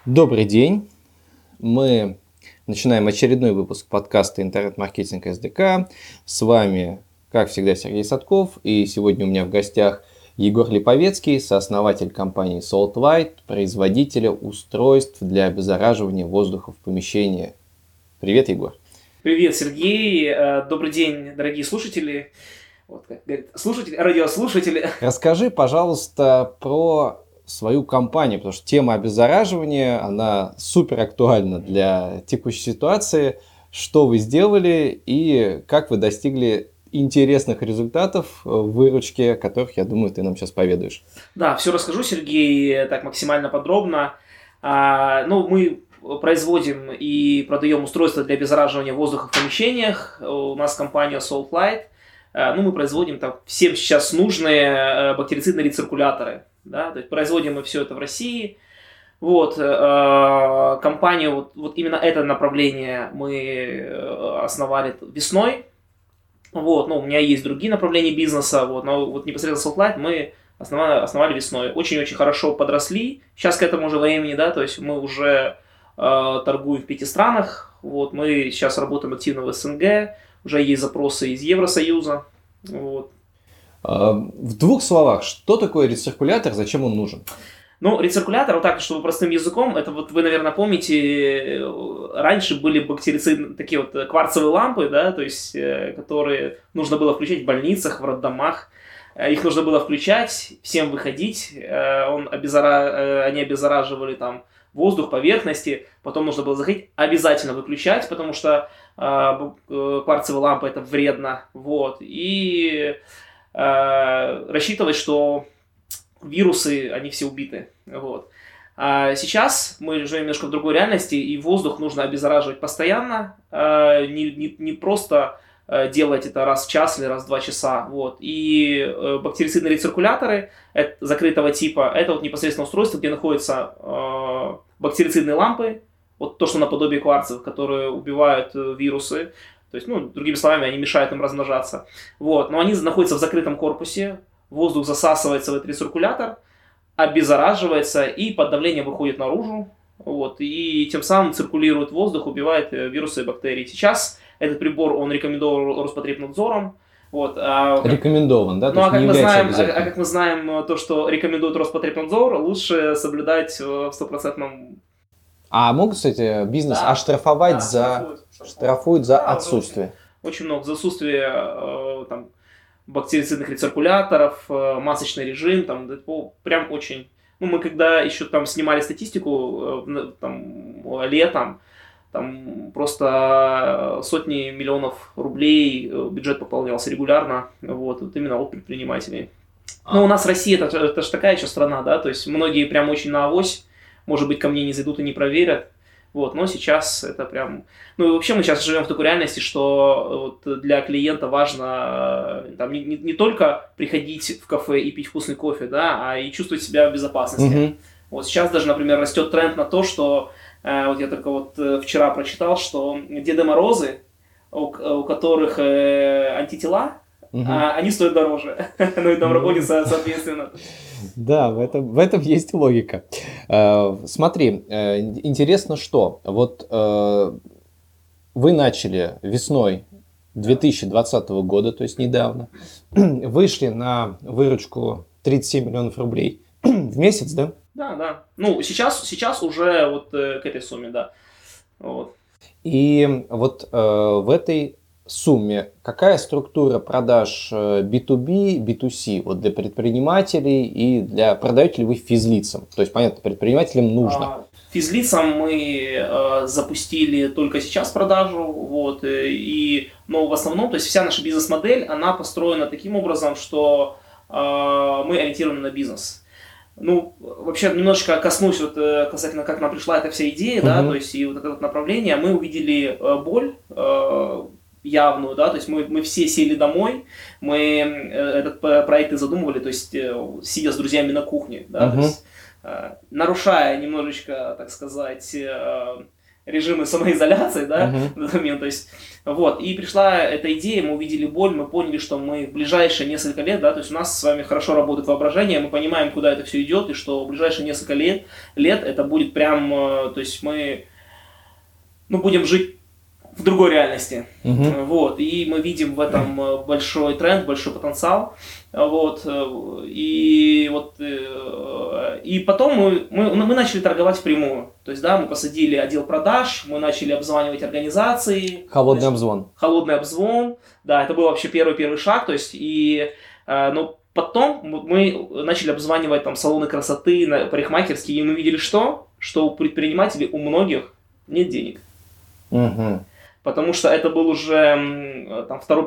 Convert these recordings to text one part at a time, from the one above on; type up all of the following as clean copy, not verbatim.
Добрый день. Мы начинаем очередной выпуск подкаста «Интернет-маркетинг СДК». С вами, как всегда, Сергей Садков. И сегодня у меня в гостях Егор Липовецкий, сооснователь компании SaltLight, производителя устройств для обеззараживания воздуха в помещении. Привет, Егор. Привет, Сергей. Добрый день, дорогие слушатели. Вот, как говорят, радиослушатели. Расскажи, пожалуйста, про свою компанию, потому что тема обеззараживания, она супер актуальна для текущей ситуации. Что вы сделали и как вы достигли интересных результатов в выручке, о которых, я думаю, ты нам сейчас поведаешь. Да, все расскажу, Сергей, так максимально подробно. Мы производим и продаем устройства для обеззараживания воздуха в помещениях. У нас компания SaltLight. Мы производим там всем сейчас нужные бактерицидные рециркуляторы. Да? То есть производим мы все это в России. Компанию, вот именно это направление мы основали весной. У меня есть другие направления бизнеса, но непосредственно SaltLight мы основали весной. Очень-очень хорошо подросли. Сейчас к этому уже времени, да, то есть мы уже торгуем в 5 странах. Мы сейчас работаем активно в СНГ, уже есть запросы из Евросоюза. В 2 словах, что такое рециркулятор, зачем он нужен? Рециркулятор, чтобы простым языком, это вы, наверное, помните, раньше были бактерицидные, такие кварцевые лампы, да, то есть, которые нужно было включать в больницах, в роддомах. Их нужно было включать, всем выходить, они обеззараживали там воздух, поверхности, потом нужно было заходить, обязательно выключать, потому что кварцевые лампы это вредно, и рассчитывать, что вирусы, они все убиты. А сейчас мы живем немножко в другой реальности, и воздух нужно обеззараживать постоянно, не просто делать это раз в час или раз в 2 часа. И бактерицидные рециркуляторы закрытого типа, это непосредственно устройство, где находятся бактерицидные лампы, то, что наподобие кварцев, которые убивают вирусы. То есть, другими словами, они мешают им размножаться. Но они находятся в закрытом корпусе, воздух засасывается в этот рециркулятор, обеззараживается и под давлением выходит наружу. И тем самым циркулирует воздух, убивает вирусы и бактерии. Сейчас этот прибор, он рекомендован Роспотребнадзором. Рекомендован, да? Как мы знаем, то, что рекомендует Роспотребнадзор, лучше соблюдать в 100%. А могут, кстати, бизнес оштрафовать штрафуют за отсутствие? Очень много. За отсутствие бактерицидных рециркуляторов, масочный режим, прям очень. Мы когда еще снимали статистику летом, просто сотни миллионов рублей бюджет пополнялся регулярно, именно от предпринимателей. У нас Россия, это же такая еще страна, да, то есть многие прям очень на авось, может быть, ко мне не зайдут и не проверят, но сейчас это прям... и вообще мы сейчас живем в такой реальности, что для клиента важно не только приходить в кафе и пить вкусный кофе, да, а и чувствовать себя в безопасности. Сейчас даже, например, растет тренд на то, что я только вчера прочитал, что Деды Морозы, у которых антитела, они стоят дороже. И там работает соответственно. Да, в этом есть логика. Смотри, интересно, что вы начали весной 2020 года, то есть недавно, вышли на выручку 37 миллионов рублей в месяц, да? Да. Сейчас уже к этой сумме, да. И в этой сумме какая структура продаж B2B, B2C для предпринимателей и продаете ли вы физлицам? То есть, понятно, предпринимателям нужно. Физлицам мы запустили только сейчас продажу, но в основном, то есть вся наша бизнес-модель, она построена таким образом, что мы ориентированы на бизнес. Вообще, немножечко коснусь касательно, как нам пришла эта вся идея, да, то есть и это направление, мы увидели боль явную, да, то есть мы все сели домой, мы этот проект и задумывали, то есть сидя с друзьями на кухне, да, то есть нарушая немножечко, так сказать, режимы самоизоляции, да, в этот момент, то есть, вот, и пришла эта идея, мы увидели боль, мы поняли, что мы в ближайшие несколько лет, да, то есть у нас с вами хорошо работает воображение, мы понимаем, куда это все идет, и что в ближайшие несколько лет это будет прям, то есть мы, будем жить в другой реальности, вот, и мы видим в этом большой тренд, большой потенциал, вот, и потом мы начали торговать впрямую, то есть, да, мы посадили отдел продаж, мы начали обзванивать организации. Холодный обзвон. Холодный обзвон, да, это был вообще первый шаг, то есть, но потом мы начали обзванивать там салоны красоты, парикмахерские, и мы видели что у предпринимателей, у многих нет денег. Потому что это был уже там, второй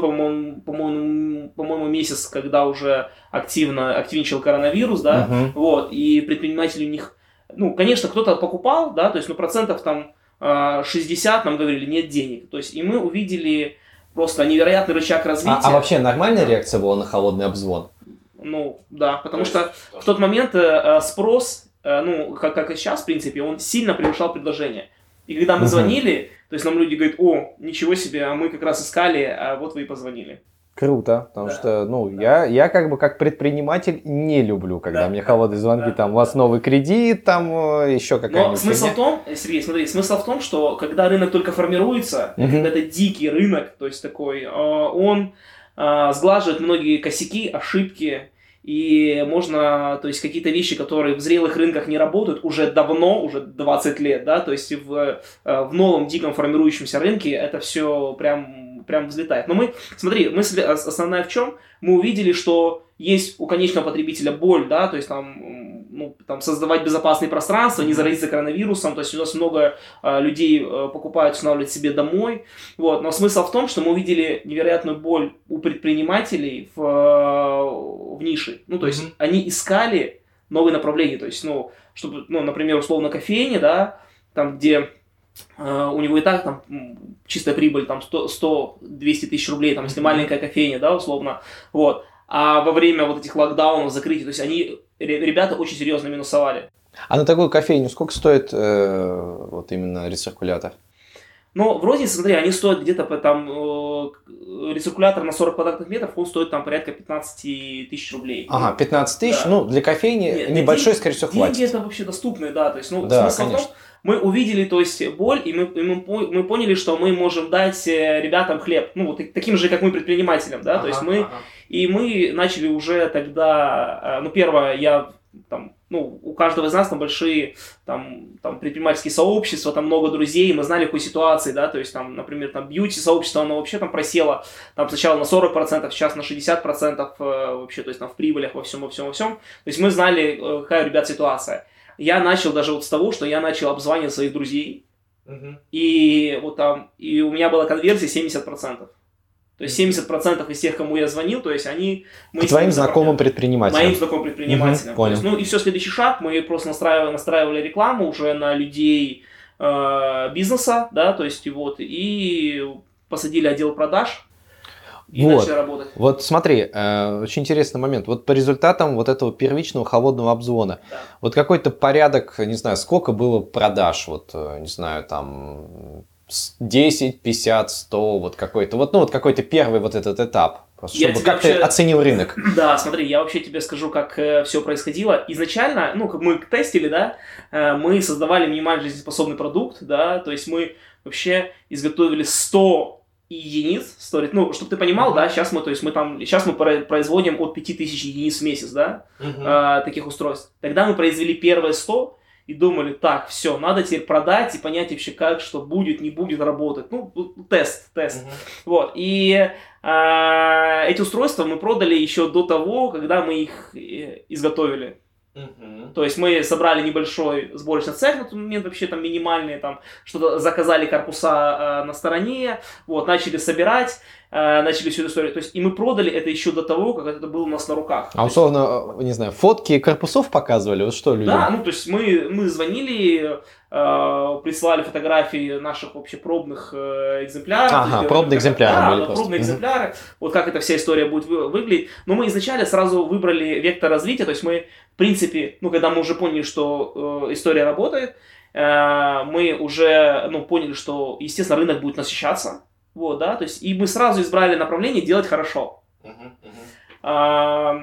по-моему, месяц, когда уже активничал коронавирус, да, вот, и предприниматели у них, конечно, кто-то покупал, да, то есть, процентов там 60 нам говорили, нет денег, то есть, и мы увидели просто невероятный рычаг развития. А вообще нормальная реакция была на холодный обзвон? Да, потому что в тот момент спрос, как и сейчас, в принципе, он сильно превышал предложение. И когда мы звонили, то есть нам люди говорят, ничего себе, а мы как раз искали, а вот вы и позвонили. Круто, потому что, я как бы как предприниматель не люблю, когда мне холодные звонки, там, у вас новый кредит, там, еще какая-нибудь. Но смысл в том, Сергей, смотри, что когда рынок только формируется, когда это дикий рынок, то есть такой, он сглаживает многие косяки, ошибки, и можно, то есть какие-то вещи, которые в зрелых рынках не работают уже давно, уже 20 лет, да, то есть в новом диком формирующемся рынке это все прям взлетает. Но мысль основная в чем? Мы увидели, что есть у конечного потребителя боль, да, то есть там создавать безопасные пространства, не заразиться коронавирусом, то есть у нас много людей покупают, устанавливают себе домой, вот, но смысл в том, что мы увидели невероятную боль у предпринимателей в нише, то есть они искали новые направления, то есть, чтобы, например, условно кофейни, да, там, где у него и так там чистая прибыль там 100-200 тысяч рублей, там, если маленькая кофейня, да, условно, вот. А во время вот этих локдаунов, закрытий, то есть ребята очень серьезно минусовали. А на такую кофейню сколько стоит вот именно рециркулятор? В рознице, смотри, они стоят где-то там, рециркулятор на 40 квадратных метров, он стоит там порядка 15 тысяч рублей. Ага, 15 тысяч, да. Для кофейни небольшой, скорее всего, хватит. Деньги это вообще доступные, да, то есть, да, смысл в том, мы увидели, то есть, боль, и мы поняли, что мы можем дать ребятам хлеб, таким же, как мы, предпринимателям, да, то есть и мы начали уже тогда, первое, у каждого из нас там большие там предпринимательские сообщества, там много друзей, мы знали, какой ситуации, да, то есть там, например, там бьюти-сообщество, оно вообще там просело, там сначала на 40%, сейчас на 60% вообще, то есть там в прибылях, во всем. То есть мы знали, какая у ребят ситуация. Я начал даже вот с того, что я начал обзванивать своих друзей, и и у меня была конверсия 70%. То есть 70% из тех, кому я звонил, то есть мы твоим знакомым предпринимателям. Моим знакомым предпринимателям. Понял. То есть, и все, следующий шаг, мы просто настраивали рекламу уже на людей бизнеса, да, то есть и посадили отдел продаж. И начали работать. Вот смотри, очень интересный момент. Вот по результатам вот этого первичного холодного обзвона, вот какой-то порядок, не знаю, сколько было продаж, вот, не знаю, там 10, 50, 100, вот какой-то, вот какой-то первый вот этот этап, просто чтобы как ты оценил рынок. Да, смотри, я вообще тебе скажу, как все происходило. Изначально, как мы тестили, да, мы создавали минимально жизнеспособный продукт, да, то есть мы вообще изготовили 100 единиц, чтобы ты понимал, да, сейчас мы производим от 5000 единиц в месяц, да, таких устройств. Тогда мы произвели первые 100 и думали, так, все, надо теперь продать и понять вообще, как, что будет, не будет работать. Тест. Вот, и эти устройства мы продали еще до того, когда мы их изготовили. То есть мы собрали небольшой сборочный цех, на тот момент вообще там минимальные, там что-то заказали корпуса на стороне, вот, начали собирать, начали всю эту историю. То есть, и мы продали это еще до того, как это было у нас на руках. А условно, не знаю, фотки корпусов показывали? Вот что людям? Да, ну, то есть, мы звонили, присылали фотографии наших вообще пробных экземпляров. Ага, пробные экземпляры да, были да, просто. пробные экземпляры. Вот как эта вся история будет выглядеть. Но мы изначально сразу выбрали вектор развития. То есть, мы, в принципе, ну, когда мы уже поняли, что история работает, мы уже, ну, поняли, что, естественно, рынок будет насыщаться. Вот, да, то есть, и мы сразу избрали направление делать хорошо. Я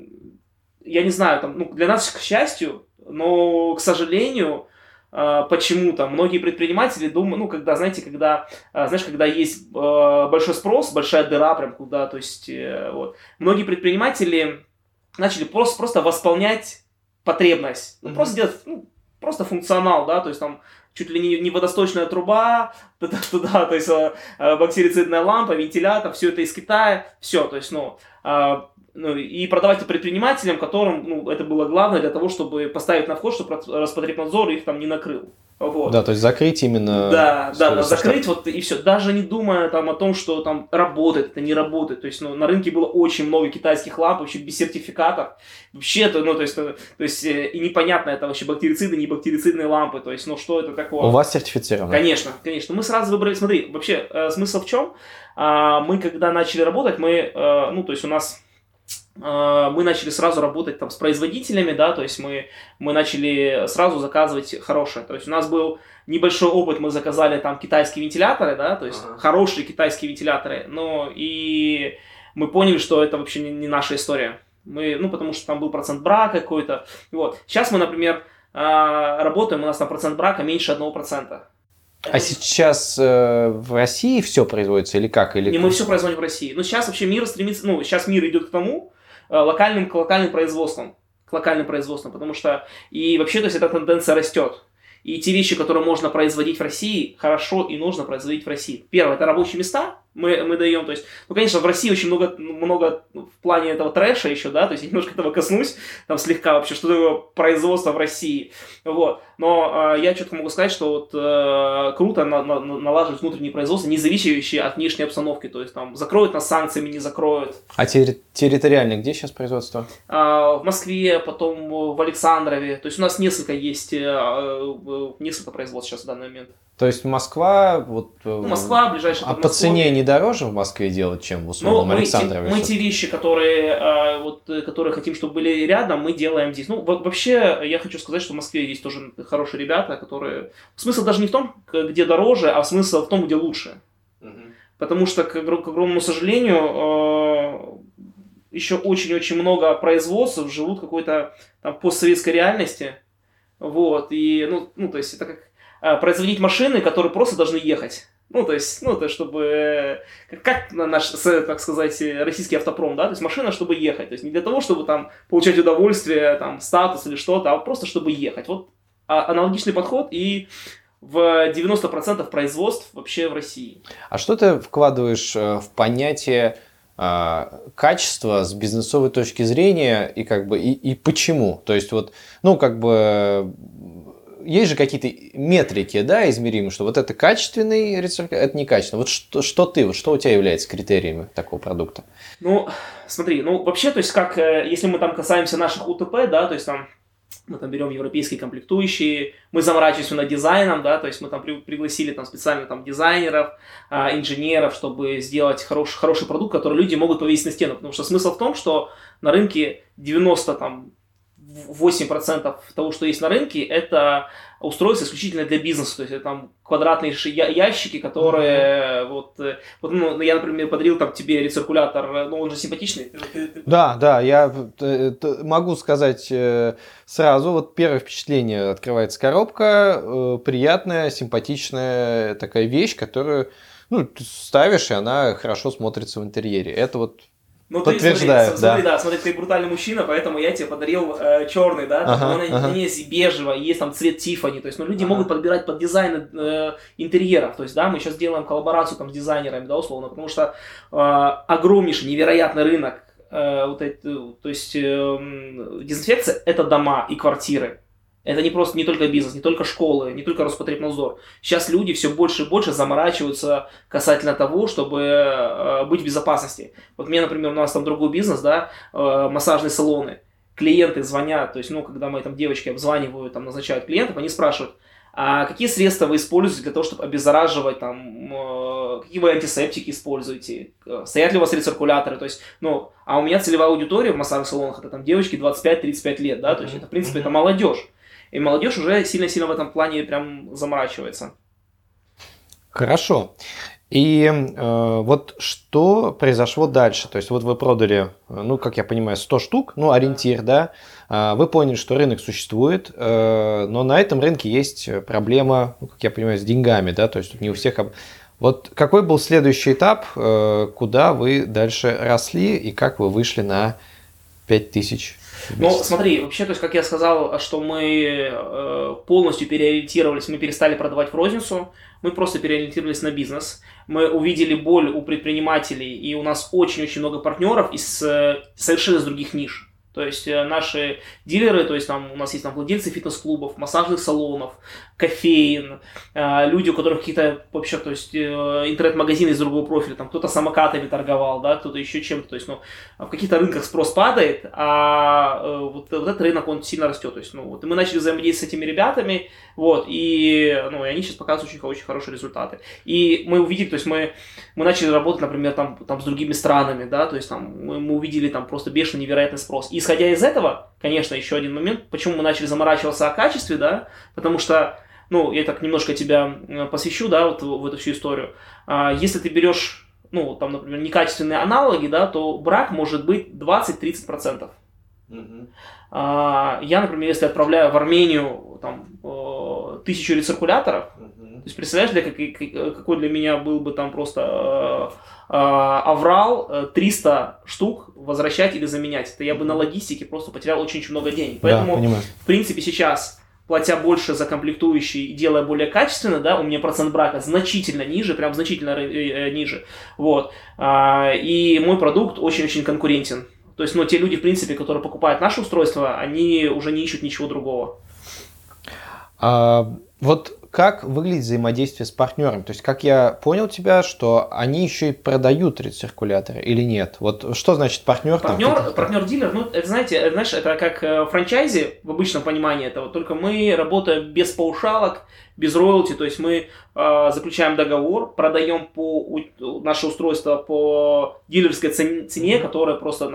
не знаю, там, ну, для нас, к счастью, но, к сожалению, почему-то многие предприниматели думают, ну, когда, знаете, когда есть большой спрос, большая дыра прям куда, то есть, вот, многие предприниматели начали просто восполнять потребность, ну, просто делать, ну, просто функционал, да, то есть, там, чуть ли не водосточная труба, туда, то есть, бактерицидная лампа, вентилятор, все это из Китая, все, то есть, ну, и продавать это предпринимателям, которым, ну, это было главное для того, чтобы поставить на вход, чтобы Роспотребнадзор их там не накрыл. Вот. Да, то есть закрыть именно... Да, закрыть вот и все. Даже не думая там о том, что там работает, это не работает. То есть, ну, на рынке было очень много китайских ламп, вообще без сертификатов. Вообще, ну, то есть и непонятно, это вообще бактерициды, не бактерицидные лампы. То есть, ну, что это такое? У вас сертифицировано? Конечно. Мы сразу выбрали, смотри, вообще, смысл в чем? Мы когда начали работать, ну, то есть у нас... Мы начали сразу работать там с производителями, да, то есть мы начали сразу заказывать хорошее. То есть у нас был небольшой опыт, мы заказали там китайские вентиляторы, да, то есть хорошие китайские вентиляторы, но и мы поняли, что это вообще не наша история. Ну, потому что там был процент брака какой-то. Вот. Сейчас мы, например, работаем, у нас там процент брака меньше 1%. А сейчас в России все производится или как? Не, мы все производим в России. Но сейчас вообще мир стремится, ну, сейчас мир идет к тому, локальным производством, потому что и вообще, то есть эта тенденция растет. И те вещи, которые можно производить в России, хорошо и нужно производить в России. Первое, это рабочие места мы даем, то есть, ну, конечно, в России очень много в плане этого трэша еще, да, то есть я немножко этого коснусь, там слегка вообще, что такое производство в России, вот, но я четко могу сказать, что вот круто налаживать внутреннее производство, не зависящее от внешней обстановки, то есть там закроют нас санкциями, не закроют. А территориально где сейчас производство? В Москве, потом в Александрове, то есть у нас несколько производств сейчас в данный момент. То есть Москва, вот... Ну, Москва, ближайшая по цене не дороже в Москве делать, чем в условном Александрове? Мы те вещи, которые хотим, чтобы были рядом, мы делаем здесь. Ну, вообще, я хочу сказать, что в Москве есть тоже хорошие ребята, которые... Смысл даже не в том, где дороже, а смысл в том, где лучше. Потому что, к огромному сожалению, еще очень-очень много производств живут в какой-то там постсоветской реальности. Вот, и, ну, то есть, это как производить машины, которые просто должны ехать. Ну, то есть, чтобы, как наш, так сказать, российский автопром, да, то есть машина, чтобы ехать. То есть не для того, чтобы там получать удовольствие, там, статус или что-то, а просто чтобы ехать. Вот аналогичный подход и в 90% производств вообще в России. А что ты вкладываешь в понятие качества с бизнесовой точки зрения и как бы и почему? То есть вот, ну, как бы есть же какие-то метрики, да, измеримые, что вот это качественный рецепт, это некачественный. Вот что у тебя является критериями такого продукта? Ну, смотри, вообще, то есть как, если мы там касаемся наших УТП, да, то есть там мы там берем европейские комплектующие, мы заморачиваемся над дизайном, да, то есть мы там пригласили там специально там дизайнеров, инженеров, чтобы сделать хороший продукт, который люди могут повесить на стену, потому что смысл в том, что на рынке 98% того, что есть на рынке, это устройства исключительно для бизнеса, то есть это там квадратные ящики, которые ну, я, например, подарил там тебе рециркулятор, ну он же симпатичный. Да, я могу сказать сразу, вот первое впечатление: открывается коробка, приятная, симпатичная такая вещь, которую, ну, ты ставишь, и она хорошо смотрится в интерьере. Это вот подтверждаю, смотри, ты брутальный мужчина, поэтому я тебе подарил черный, да, на ней есть бежевый, есть там цвет Тиффани, то есть, ну, люди могут подбирать под дизайн интерьеров, то есть, да, мы сейчас делаем коллаборацию там с дизайнерами, да, условно, потому что огромнейший, невероятный рынок, то есть, дезинфекция — это дома и квартиры. Это не просто не только бизнес, не только школы, не только Роспотребнадзор. Сейчас люди все больше и больше заморачиваются касательно того, чтобы быть в безопасности. Вот мне, например, у нас там другой бизнес, да, массажные салоны. Клиенты звонят, то есть, когда мы там девочки обзванивают, там назначают клиентов, они спрашивают, а какие средства вы используете для того, чтобы обеззараживать, какие вы антисептики используете, стоят ли у вас рециркуляторы, то есть, а у меня целевая аудитория в массажных салонах, это там девочки 25-35 лет, да, то есть, это, в принципе, это молодежь. И молодежь уже сильно-сильно в этом плане прям заморачивается. Хорошо. И вот что произошло дальше? То есть вот вы продали, как я понимаю, 100 штук, ориентир, да? Вы поняли, что рынок существует, но на этом рынке есть проблема, как я понимаю, с деньгами, да? То есть не у всех... Вот какой был следующий этап, куда вы дальше росли и как вы вышли на 5000? Смотри, вообще, то есть, как я сказал, что мы полностью переориентировались, мы перестали продавать в розницу, мы просто переориентировались на бизнес. Мы увидели боль у предпринимателей, и у нас очень-очень много партнеров совершенно из других ниш. То есть наши дилеры, то есть там у нас есть там владельцы фитнес-клубов, массажных салонов, кофеин, люди, у которых какие-то вообще, то есть интернет-магазины из другого профиля, там кто-то самокатами торговал, да, кто-то еще чем-то, то есть, в каких-то рынках спрос падает, а вот этот рынок, он сильно растет, то есть, и мы начали взаимодействовать с этими ребятами, и они сейчас показывают очень хорошие результаты. И мы увидели, то есть мы начали работать, например, там с другими странами, да, то есть там мы увидели там просто бешеный невероятный спрос. И исходя из этого, конечно, еще один момент, почему мы начали заморачиваться о качестве, да, потому что, я так немножко тебя посвящу, да, вот в эту всю историю. Если ты берешь, там, например, некачественные аналоги, да, то брак может быть 20-30%. Я, например, если отправляю в Армению там 1000 рециркуляторов, то есть представляешь, какой для меня был бы там просто аврал 300 штук возвращать или заменять. Это я бы на логистике просто потерял очень много денег. Поэтому, в принципе, сейчас, платя больше за комплектующие и делая более качественно, да, у меня процент брака значительно ниже, прям значительно ниже. Вот. И мой продукт очень-очень конкурентен. То есть, те люди, в принципе, которые покупают наше устройство, они уже не ищут ничего другого. Вот как выглядит взаимодействие с партнером? То есть, как я понял тебя, что они еще и продают рециркуляторы или нет? Вот что значит партнер? Партнер-дилер, это, знаешь, это как франчайзи в обычном понимании этого, только мы работаем без паушалок, без роялти, то есть мы заключаем договор, продаем наше устройство по дилерской цене, которая просто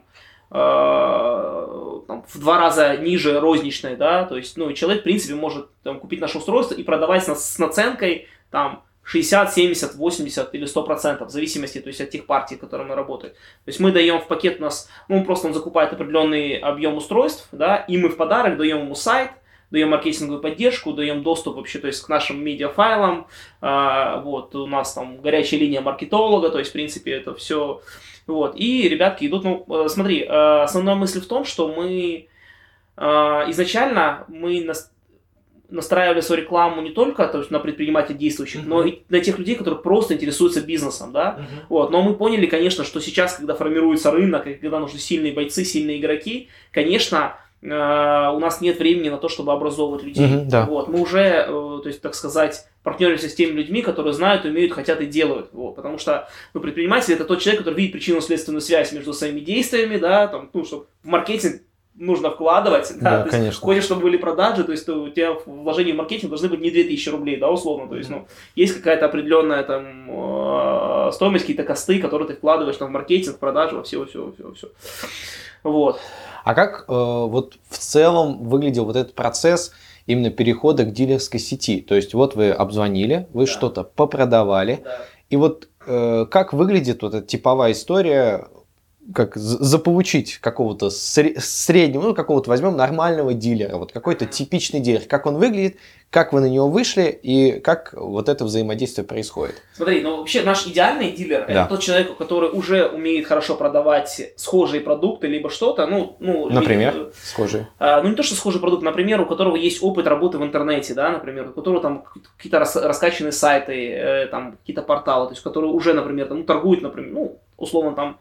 в 2 раза ниже розничной, да, то есть, человек, в принципе, может купить наше устройство и продавать с наценкой, 60, 70, 80 или 100%, в зависимости, то есть, от тех партий, которые мы работаем. То есть, мы даем в пакет он закупает определенный объем устройств, да, и мы в подарок даем ему сайт, даем маркетинговую поддержку, даем доступ вообще, то есть, к нашим медиафайлам, у нас там горячая линия маркетолога, то есть, в принципе, это все... И ребятки идут, смотри, основная мысль в том, что мы изначально настраивали свою рекламу не только, то есть, на предпринимателей действующих, но и на тех людей, которые просто интересуются бизнесом, да, но мы поняли, конечно, что сейчас, когда формируется рынок, и когда нужны сильные бойцы, сильные игроки, конечно, у нас нет времени на то, чтобы образовывать людей. Да. Мы уже, то есть, так сказать, партнеримся с теми людьми, которые знают, умеют, хотят и делают. Потому что предприниматель – это тот человек, который видит причинно-следственную связь между своими действиями, да, что в маркетинг нужно вкладывать, да, то конечно. есть, хочешь, чтобы были продажи, то есть у тебя вложения в маркетинг должны быть не 2000 рублей, да, условно, то есть, есть какая-то определенная стоимость, какие-то косты, которые ты вкладываешь в маркетинг, в продажу, во все. Вот. А как вот в целом выглядел вот этот процесс именно перехода к дилерской сети? То есть вот вы обзвонили, вы что-то попродавали, и вот как выглядит вот эта типовая история, как заполучить какого-то среднего, какого-то возьмем нормального дилера, вот какой-то типичный дилер, как он выглядит, как вы на него вышли и как вот это взаимодействие происходит? Смотри, вообще наш идеальный дилер это тот человек, который уже умеет хорошо продавать схожие продукты, либо что-то, например, схожие. Не то, что схожий продукт, например, у которого есть опыт работы в интернете, да, например, у которого там какие-то раскачанные сайты, там какие-то порталы, то есть, которые уже, например, торгуют, например, условно там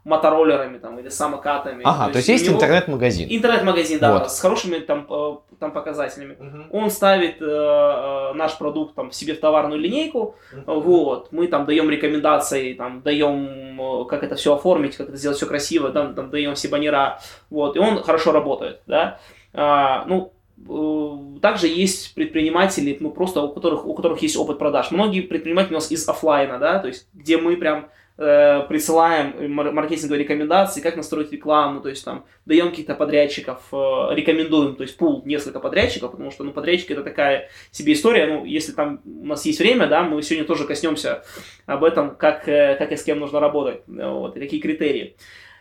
мотороллерами там, или самокатами. Ага, то есть есть интернет-магазин. Интернет-магазин, да, Вот. с хорошими там показателями. Угу. Он ставит наш продукт там себе в товарную линейку, вот, мы там даем рекомендации, там даем, как это все оформить, как это сделать все красиво, там даем все баннера, вот, и он хорошо работает, да. Также есть предприниматели, ну, просто у которых есть опыт продаж. Многие предприниматели у нас из офлайна, да, то есть, где мы прям присылаем маркетинговые рекомендации, как настроить рекламу, то есть там даем каких-то подрядчиков, рекомендуем, то есть пул несколько подрядчиков, потому что, ну, подрядчики это такая себе история, ну, если там у нас есть время, да, мы сегодня тоже коснемся об этом, как и с кем нужно работать, вот, и какие критерии.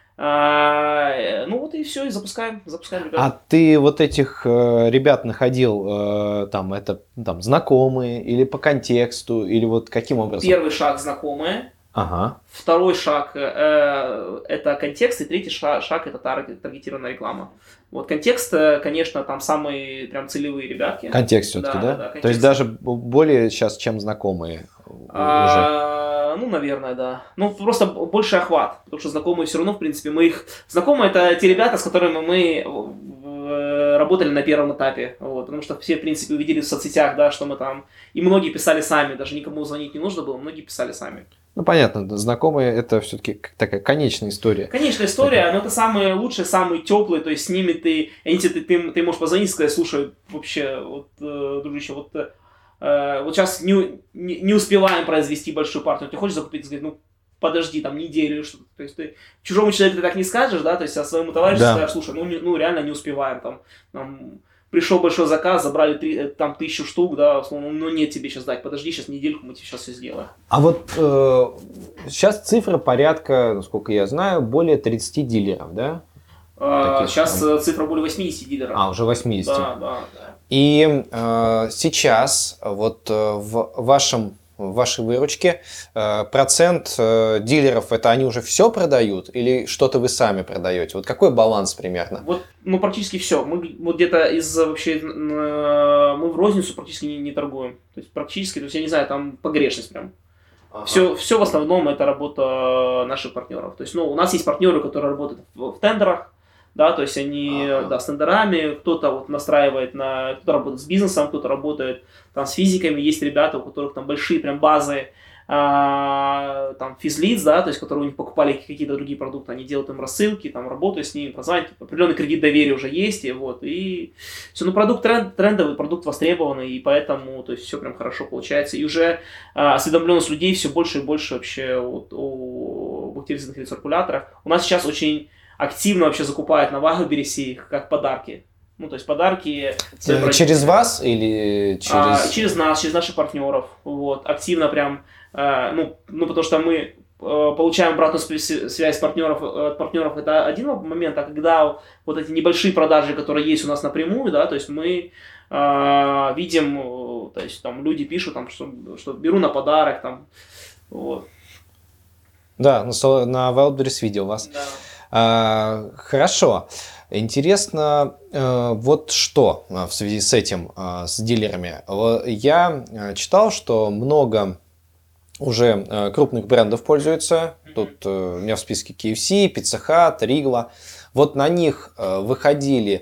Ну вот и все, и запускаем ребят. А ты вот этих ребят находил, там, это там, знакомые, или по контексту, или вот каким образом? Первый шаг знакомые. Ага. Второй шаг это контекст, и третий шаг это таргетированная реклама. Вот контекст, конечно, там самые прям целевые ребятки. Контекст все-таки, да? Контекст. То есть даже более сейчас, чем знакомые уже? Ну, наверное, да. Ну, просто больше охват, потому что знакомые все равно, в принципе, мы их... Знакомые это те ребята, с которыми мы работали на первом этапе, вот, потому что все, в принципе, увидели в соцсетях, да, что мы там... И многие писали сами, даже никому звонить не нужно было, многие писали сами. Ну, понятно, знакомые это все-таки такая конечная история. Конечная история, но это самые лучшие, самые теплые, то есть с ними ты можешь позвонить и сказать, слушай, вообще, вот, дружище, вот сейчас не успеваем произвести большую партию, ты хочешь закупить, сказать, ну, подожди, там, неделю или что-то, то есть ты чужому человеку ты так не скажешь, да, то есть своему товарищу скажешь, слушай, ну, реально не успеваем, там пришел большой заказ, забрали 1000 штук, да, условно, ну нет тебе сейчас дать, подожди, сейчас недельку, мы тебе сейчас все сделаем. А вот сейчас цифра порядка, насколько я знаю, более 30 дилеров, да? Сейчас цифра более 80 дилеров. А, уже 80. Да. И сейчас вот в вашей выручке процент дилеров, это они уже все продают или что-то вы сами продаете? Вот какой баланс примерно? Вот, ну, практически все. Мы вот где-то мы в розницу практически не торгуем. То есть практически, то есть я не знаю, там погрешность прям. Ага. Все в основном это работа наших партнеров. То есть, ну, у нас есть партнеры, которые работают в тендерах, да, то есть они, с тендерами, кто-то вот настраивает кто-то работает с бизнесом, кто-то работает там с физиками, есть ребята, у которых там большие прям базы, там физлиц, да, то есть которые у них покупали какие-то другие продукты, они делают им рассылки, там работают с ними, прозванивают, определенный кредит доверия уже есть, и вот, и все, ну, продукт трендовый, продукт востребованный, и поэтому, то есть все прям хорошо получается, и уже осведомленность людей все больше и больше вообще вот, о бактерицидных рециркуляторах. У нас сейчас очень активно вообще закупают на Wildberries их как подарки. Ну, то есть подарки... Через вас или через... Через нас, через наших партнеров. Вот, активно прям... Ну, потому что мы получаем обратную связь от партнеров, это один момент, а когда вот эти небольшие продажи, которые есть у нас напрямую, да, то есть мы видим, то есть там люди пишут, там, что беру на подарок, там, вот. Да, на Wildberries видел вас. Да. Хорошо. Интересно, вот что в связи с этим, с дилерами. Я читал, что много уже крупных брендов пользуются. Тут у меня в списке KFC, Pizza Hut, Rigla. Вот на них выходили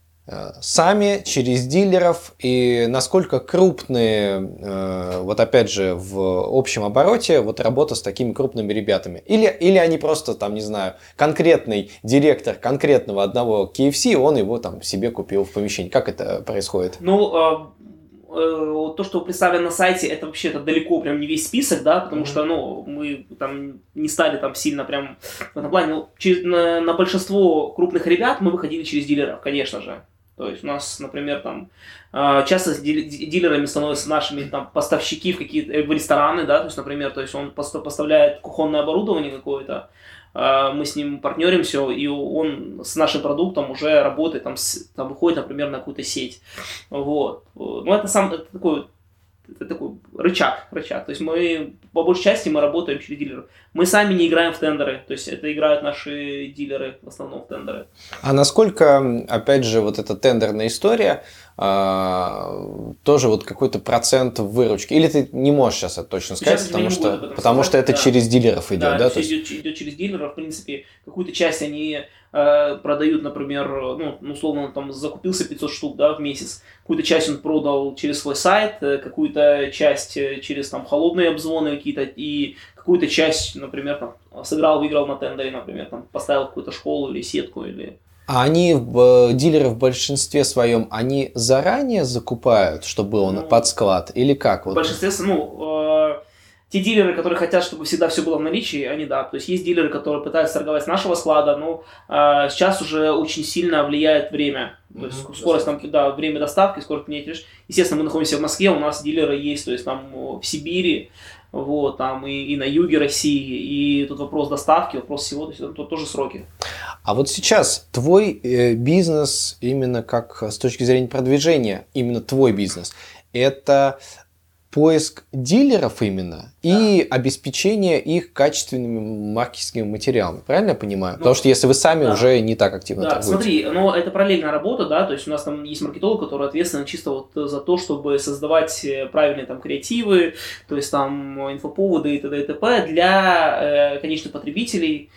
сами, через дилеров, и насколько крупные, вот опять же, в общем обороте, вот работа с такими крупными ребятами. Или они просто, там, не знаю, конкретный директор конкретного одного KFC, он его там себе купил в помещении. Как это происходит? Ну, то, что представлено на сайте, это вообще-то далеко прям не весь список, да, потому что, ну, мы там не стали там сильно прям в этом плане, ну, на большинство крупных ребят мы выходили через дилеров, конечно же. То есть у нас, например, там часто дилерами становятся нашими там поставщики в рестораны, да, то есть, например, то есть он поставляет кухонное оборудование какое-то, мы с ним партнеримся, и он с нашим продуктом уже работает, там выходит, например, на какую-то сеть. Вот. Ну, это такой это такой рычаг. То есть мы, по большей части, мы работаем через дилеров. Мы сами не играем в тендеры, то есть это играют наши дилеры в основном в тендеры. А насколько, опять же, вот эта тендерная история, тоже вот какой-то процент выручки? Или ты не можешь сейчас это точно сказать, потому что это через дилеров идет, да? То есть идет через дилеров, в принципе, какую-то часть они продают, например, условно, там закупился 500 штук, да, в месяц, какую-то часть он продал через свой сайт, какую-то часть через там холодные обзвоны какие-то, и какую-то часть, например, там, выиграл на тендере, например, там, поставил какую-то школу или сетку, или... А дилеры в большинстве своем, они заранее закупают, чтобы было под склад, или как? В большинстве, те дилеры, которые хотят, чтобы всегда все было в наличии, они да. То есть есть дилеры, которые пытаются торговать с нашего склада, но сейчас уже очень сильно влияет время. То есть скорость, время доставки, скорость менять. Естественно, мы находимся в Москве, у нас дилеры есть, то есть там в Сибири, вот, там и на юге России, и тут вопрос доставки, вопрос всего, то есть тут тоже сроки. А вот сейчас твой бизнес, именно как с точки зрения продвижения, именно твой бизнес, это поиск дилеров именно и обеспечение их качественными маркетинговыми материалами. Правильно я понимаю? Потому что если вы сами уже не так активно торгуете. Смотри, это параллельная работа, да, то есть у нас там есть маркетолог, который ответственен чисто вот за то, чтобы создавать правильные там креативы, то есть там инфоповоды и т.д. и т.п. для конечных потребителей,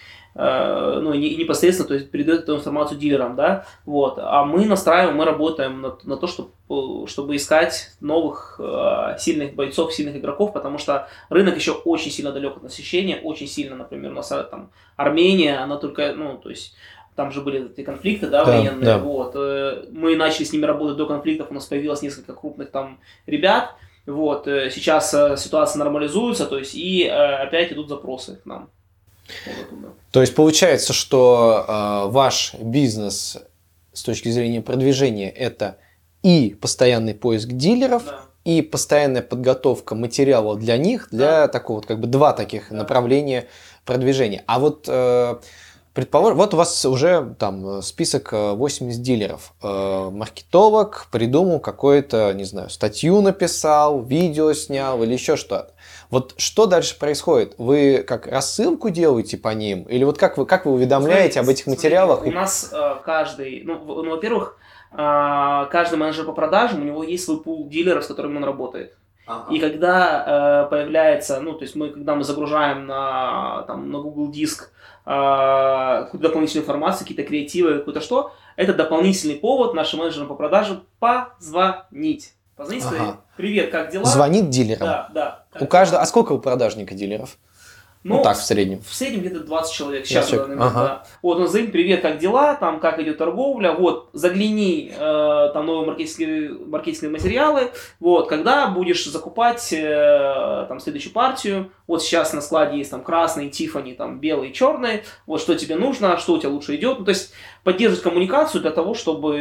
и непосредственно, то есть передает эту информацию дилерам, да, вот, а мы работаем на то, чтобы искать новых сильных бойцов, сильных игроков, потому что рынок еще очень сильно далек от насыщения, очень сильно, например, у нас там Армения, она только, то есть там же были эти конфликты, да, военные, да. Вот, мы начали с ними работать до конфликтов, у нас появилось несколько крупных там ребят, вот, сейчас ситуация нормализуется, то есть и опять идут запросы к нам. То есть получается, что ваш бизнес с точки зрения продвижения это и постоянный поиск дилеров, и постоянная подготовка материала для них, для такого вот как бы два таких направления продвижения. А вот предположим, вот у вас уже там список 80 дилеров. Маркетолог придумал какую-то, не знаю, статью написал, видео снял или еще что-то. Вот что дальше происходит? Вы как рассылку делаете по ним? Или вот как вы уведомляете об этих материалах? У нас каждый, во-первых, каждый менеджер по продажам, у него есть свой пул дилеров, с которыми он работает. И когда появляется, когда мы загружаем на Google Диск какую-то дополнительную информацию, какие-то креативы, какое-то это дополнительный повод нашим менеджерам по продажам позвонить. Позвонить, сказать, привет, как дела? Звонит дилерам? Да. У каждого. А сколько у продажника дилеров? Так, в среднем. В среднем где-то 20 человек сейчас. Да. Вот, он звонит, привет, как дела, там, как идет торговля, вот, загляни, там, новые маркетинговые материалы, вот, когда будешь закупать, там, следующую партию, вот, сейчас на складе есть, там, красный, Тиффани, там, белый, черный, вот, что тебе нужно, что у тебя лучше идет, то есть, поддерживать коммуникацию для того,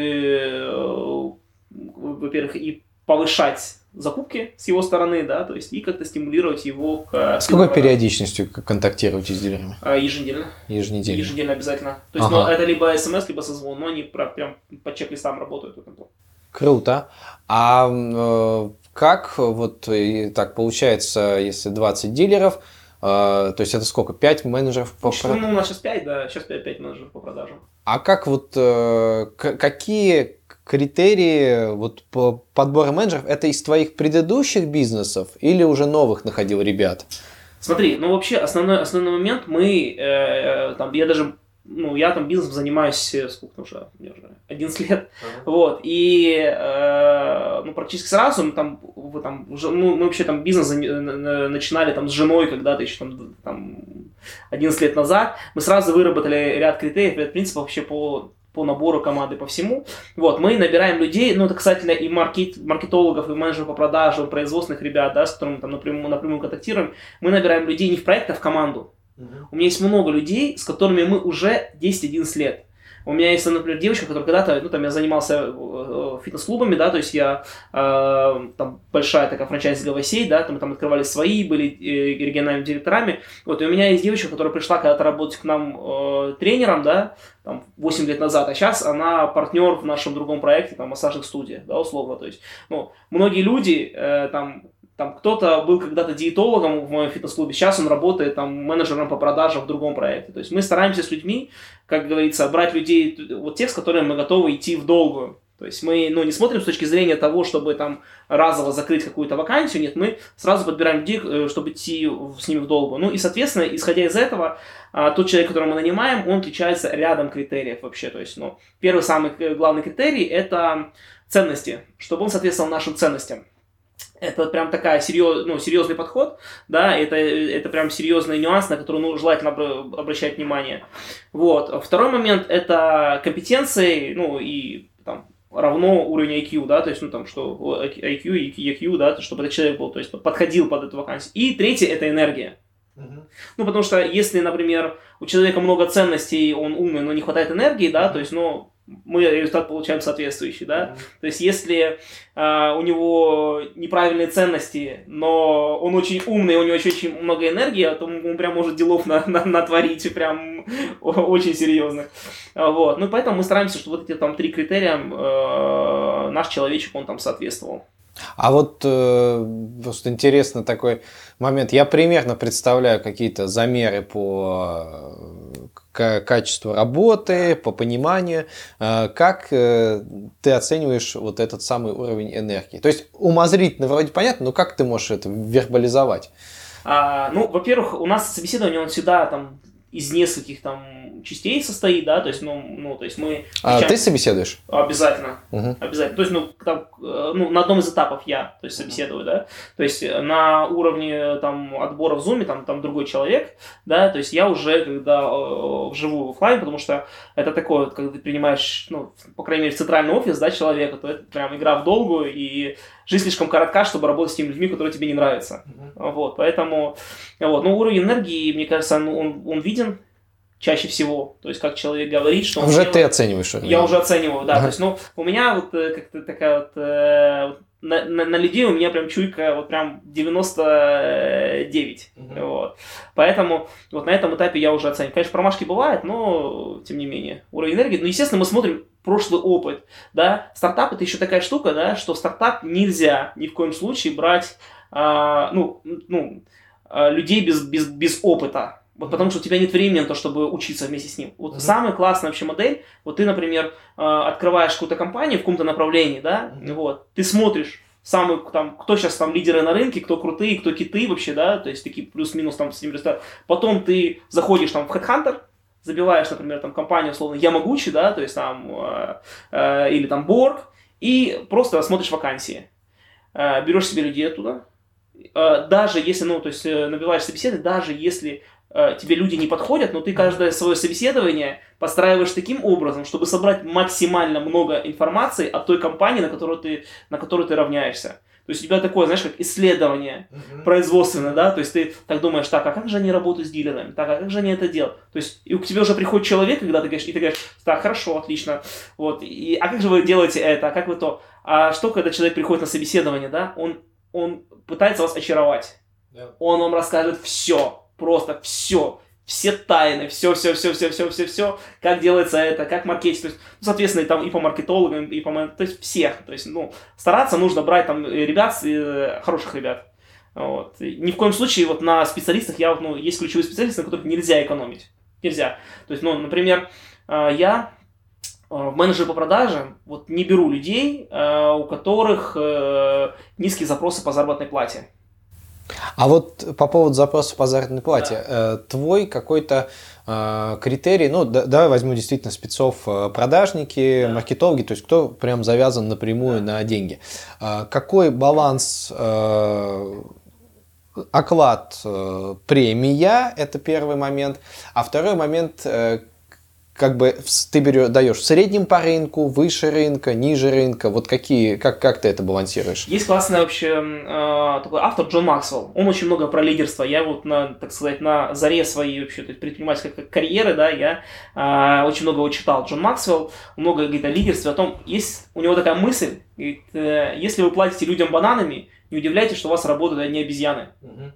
чтобы, во-первых, и повышать закупки с его стороны, да, то есть и как-то стимулировать его к... С какой периодичностью контактируете с дилерами? Еженедельно. Еженедельно Обязательно. То есть это либо смс, либо созвон, но они прям по чек-листам работают. Круто. А как вот так получается, если 20 дилеров, то есть это сколько? 5 менеджеров по продажам? У нас сейчас 5, да, сейчас 5 менеджеров по продажам. А как вот, какие критерии вот по подбору менеджеров? Это из твоих предыдущих бизнесов или уже новых находил ребят? Смотри, вообще основной момент я там бизнесом занимаюсь, сколько уже, мне уже 11 лет, вот, и практически сразу мы вообще там бизнес начинали там с женой когда-то еще там 11 лет назад, мы сразу выработали ряд критериев, ряд принципов вообще по набору команды, по всему. Вот, мы набираем людей, это касательно и маркетологов, и менеджеров по продажам, производственных ребят, да, с которыми там напрямую контактируем, мы набираем людей не в проект, а в команду. У меня есть много людей, с которыми мы уже 10-11 лет. У меня есть, например, девочка, которая когда-то, я занимался фитнес-клубами, да, то есть я, там большая такая франчайзинговая сеть, да, мы там открывали свои, были региональными директорами, вот, и у меня есть девочка, которая пришла когда-то работать к нам тренером, да, там, 8 лет назад, а сейчас она партнер в нашем другом проекте, там, массажных студий, да, условно, то есть, многие люди, там кто-то был когда-то диетологом в моем фитнес-клубе, сейчас он работает там менеджером по продажам в другом проекте. То есть мы стараемся с людьми, как говорится, брать людей, вот тех, с которыми мы готовы идти в долгую. То есть мы не смотрим с точки зрения того, чтобы там разово закрыть какую-то вакансию, нет, мы сразу подбираем людей, чтобы идти с ними в долгую. Ну и, соответственно, исходя из этого, тот человек, которого мы нанимаем, он отличается рядом критериев вообще. То есть, первый самый главный критерий – это ценности, чтобы он соответствовал нашим ценностям. Это прям такая серьезный подход, да, это прям серьезный нюанс, на который желательно обращать внимание. Вот. Второй момент – это компетенции, и там равно уровень IQ, да, то есть, что IQ и EQ, да, чтобы этот человек был, то есть, подходил под эту вакансию. И третье – это энергия. Потому что если, например, у человека много ценностей, он умный, но не хватает энергии, да, то есть, мы результат получаем соответствующий, да. То есть, если у него неправильные ценности, но он очень умный, у него очень много энергии, то он прям может делов натворить прям очень серьезных. Вот. Поэтому мы стараемся, чтобы вот эти там 3 критерия наш человечек, он там соответствовал. А вот просто интересно такой момент. Я примерно представляю какие-то замеры по качеству работы, по пониманию. Как ты оцениваешь вот этот самый уровень энергии? То есть умозрительно вроде понятно, но как ты можешь это вербализовать? Во-первых, у нас собеседование, он всегда там из нескольких там частей состоит, да, то есть, то есть мы... Ты собеседуешь? Обязательно. Угу. Обязательно. То есть, на одном из этапов я, то есть, собеседую, да. То есть, на уровне там отбора в Zoom, там другой человек, да, то есть, я уже, когда вживую в офлайн, потому что это такое, когда ты принимаешь, по крайней мере, в центральный офис, да, человека, то это прям игра в долгую, и жизнь слишком коротка, чтобы работать с теми людьми, которые тебе не нравятся. Вот, поэтому, уровень энергии, мне кажется, он виден чаще всего. То есть, как человек говорит, что он уже делает, ты оцениваешь. Я уже оцениваю, да. То есть, у меня вот как-то такая вот на людей у меня прям чуйка вот прям 99. Вот. Поэтому вот на этом этапе я уже оцениваю. Конечно, промашки бывают, но тем не менее. Уровень энергии. Но, естественно, мы смотрим прошлый опыт. Да? Стартап – это еще такая штука, да, что в стартап нельзя ни в коем случае брать людей без опыта. Вот потому что у тебя нет времени на то, чтобы учиться вместе с ним. Вот самая классная вообще модель, вот ты, например, открываешь какую-то компанию в каком-то направлении, да, вот, ты смотришь, кто сейчас там лидеры на рынке, кто крутые, кто киты вообще, да, то есть такие плюс-минус там с ними результаты. Потом ты заходишь там в Headhunter, забиваешь, например, там компанию, условно, Ямагучи, да, то есть там, или там Borg, и просто смотришь вакансии. Берешь себе людей оттуда, даже если, набиваешь собеседование, даже если тебе люди не подходят, но ты каждое свое собеседование подстраиваешь таким образом, чтобы собрать максимально много информации о той компании, на которую ты равняешься. То есть у тебя такое, знаешь, как исследование производственное, да, то есть ты так думаешь, так, а как же они работают с дилерами, так, а как же они это делают? То есть и к тебе уже приходит человек, когда ты говоришь, так, хорошо, отлично, вот, а как же вы делаете это, а как вы то? А что, когда человек приходит на собеседование, да, он пытается вас очаровать, он вам расскажет все. Просто все тайны, все, как делается это, как маркетинг, то есть, соответственно, там и по маркетологам, и то есть всех, то есть, стараться нужно брать там ребят, хороших ребят, вот. И ни в коем случае вот на специалистах есть ключевые специалисты, на которых нельзя экономить, нельзя, то есть, например, я в менеджере по продажам вот не беру людей, у которых низкие запросы по заработной плате. А вот по поводу запроса по заработной плате, твой какой-то критерий, давай возьму действительно спецов, продажники, маркетологи, то есть кто прям завязан напрямую на деньги. Какой баланс, оклад, премия, это первый момент, а второй момент, как бы ты даешь в среднем по рынку, выше рынка, ниже рынка, вот как ты это балансируешь? Есть классный вообще такой автор Джон Максвелл, он очень много про лидерство, я вот на заре своей вообще предпринимательской карьеры, да, я очень много его читал. Джон Максвелл много говорит о лидерстве, о том, есть у него такая мысль, говорит, если вы платите людям бананами, не удивляйтесь, что у вас работают одни обезьяны.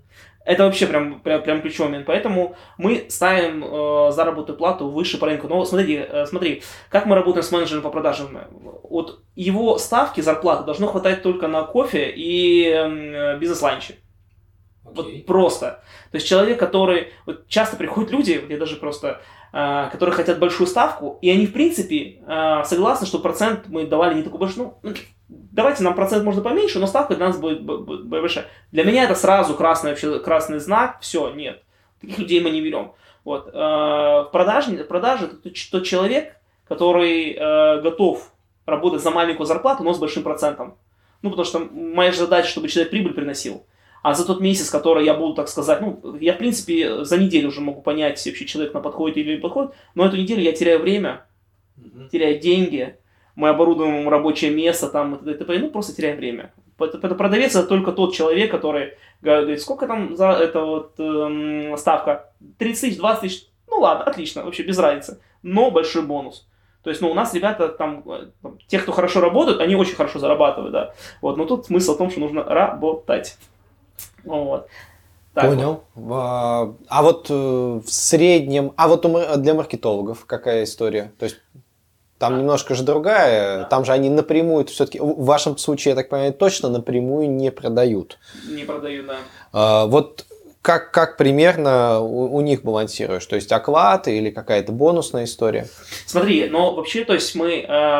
Это вообще прям ключевой момент. Поэтому мы ставим заработную плату выше по рынку. Но смотри, как мы работаем с менеджером по продажам. Вот его ставки зарплаты должно хватать только на кофе и бизнес-ланчи. Вот просто. То есть человек, который... Вот часто приходят люди, я даже просто... которые хотят большую ставку, и они, в принципе, согласны, что процент мы давали не такой большой. Ну, давайте нам процент можно поменьше, но ставка для нас будет большая. Для меня это сразу красный знак. Все, нет. Таких людей мы не берем. Вот. В продаже это тот человек, который готов работать за маленькую зарплату, но с большим процентом. Ну, потому что моя задача, чтобы человек прибыль приносил. А за тот месяц, который я буду, так сказать, я, в принципе, за неделю уже могу понять, вообще человек на подходит или не подходит, но эту неделю я теряю время, теряю деньги, мы оборудуем ему рабочее место, там, и т.д. просто теряем время. Продавец это только тот человек, который говорит, сколько там за это ставка? 30 тысяч, 20 тысяч, ну ладно, отлично, вообще без разницы, но большой бонус. То есть, у нас ребята там, те, кто хорошо работают, они очень хорошо зарабатывают, да. Вот, но тут смысл в том, что нужно работать. Вот. Так Понял. Вот. А вот в среднем, для маркетологов какая история? То есть там немножко же другая, там же они напрямую, все-таки в вашем случае, я так понимаю, точно напрямую не продают. Не продают, да. Вот как примерно у них балансируешь? То есть оклад или какая-то бонусная история? Смотри, но вообще, то есть мы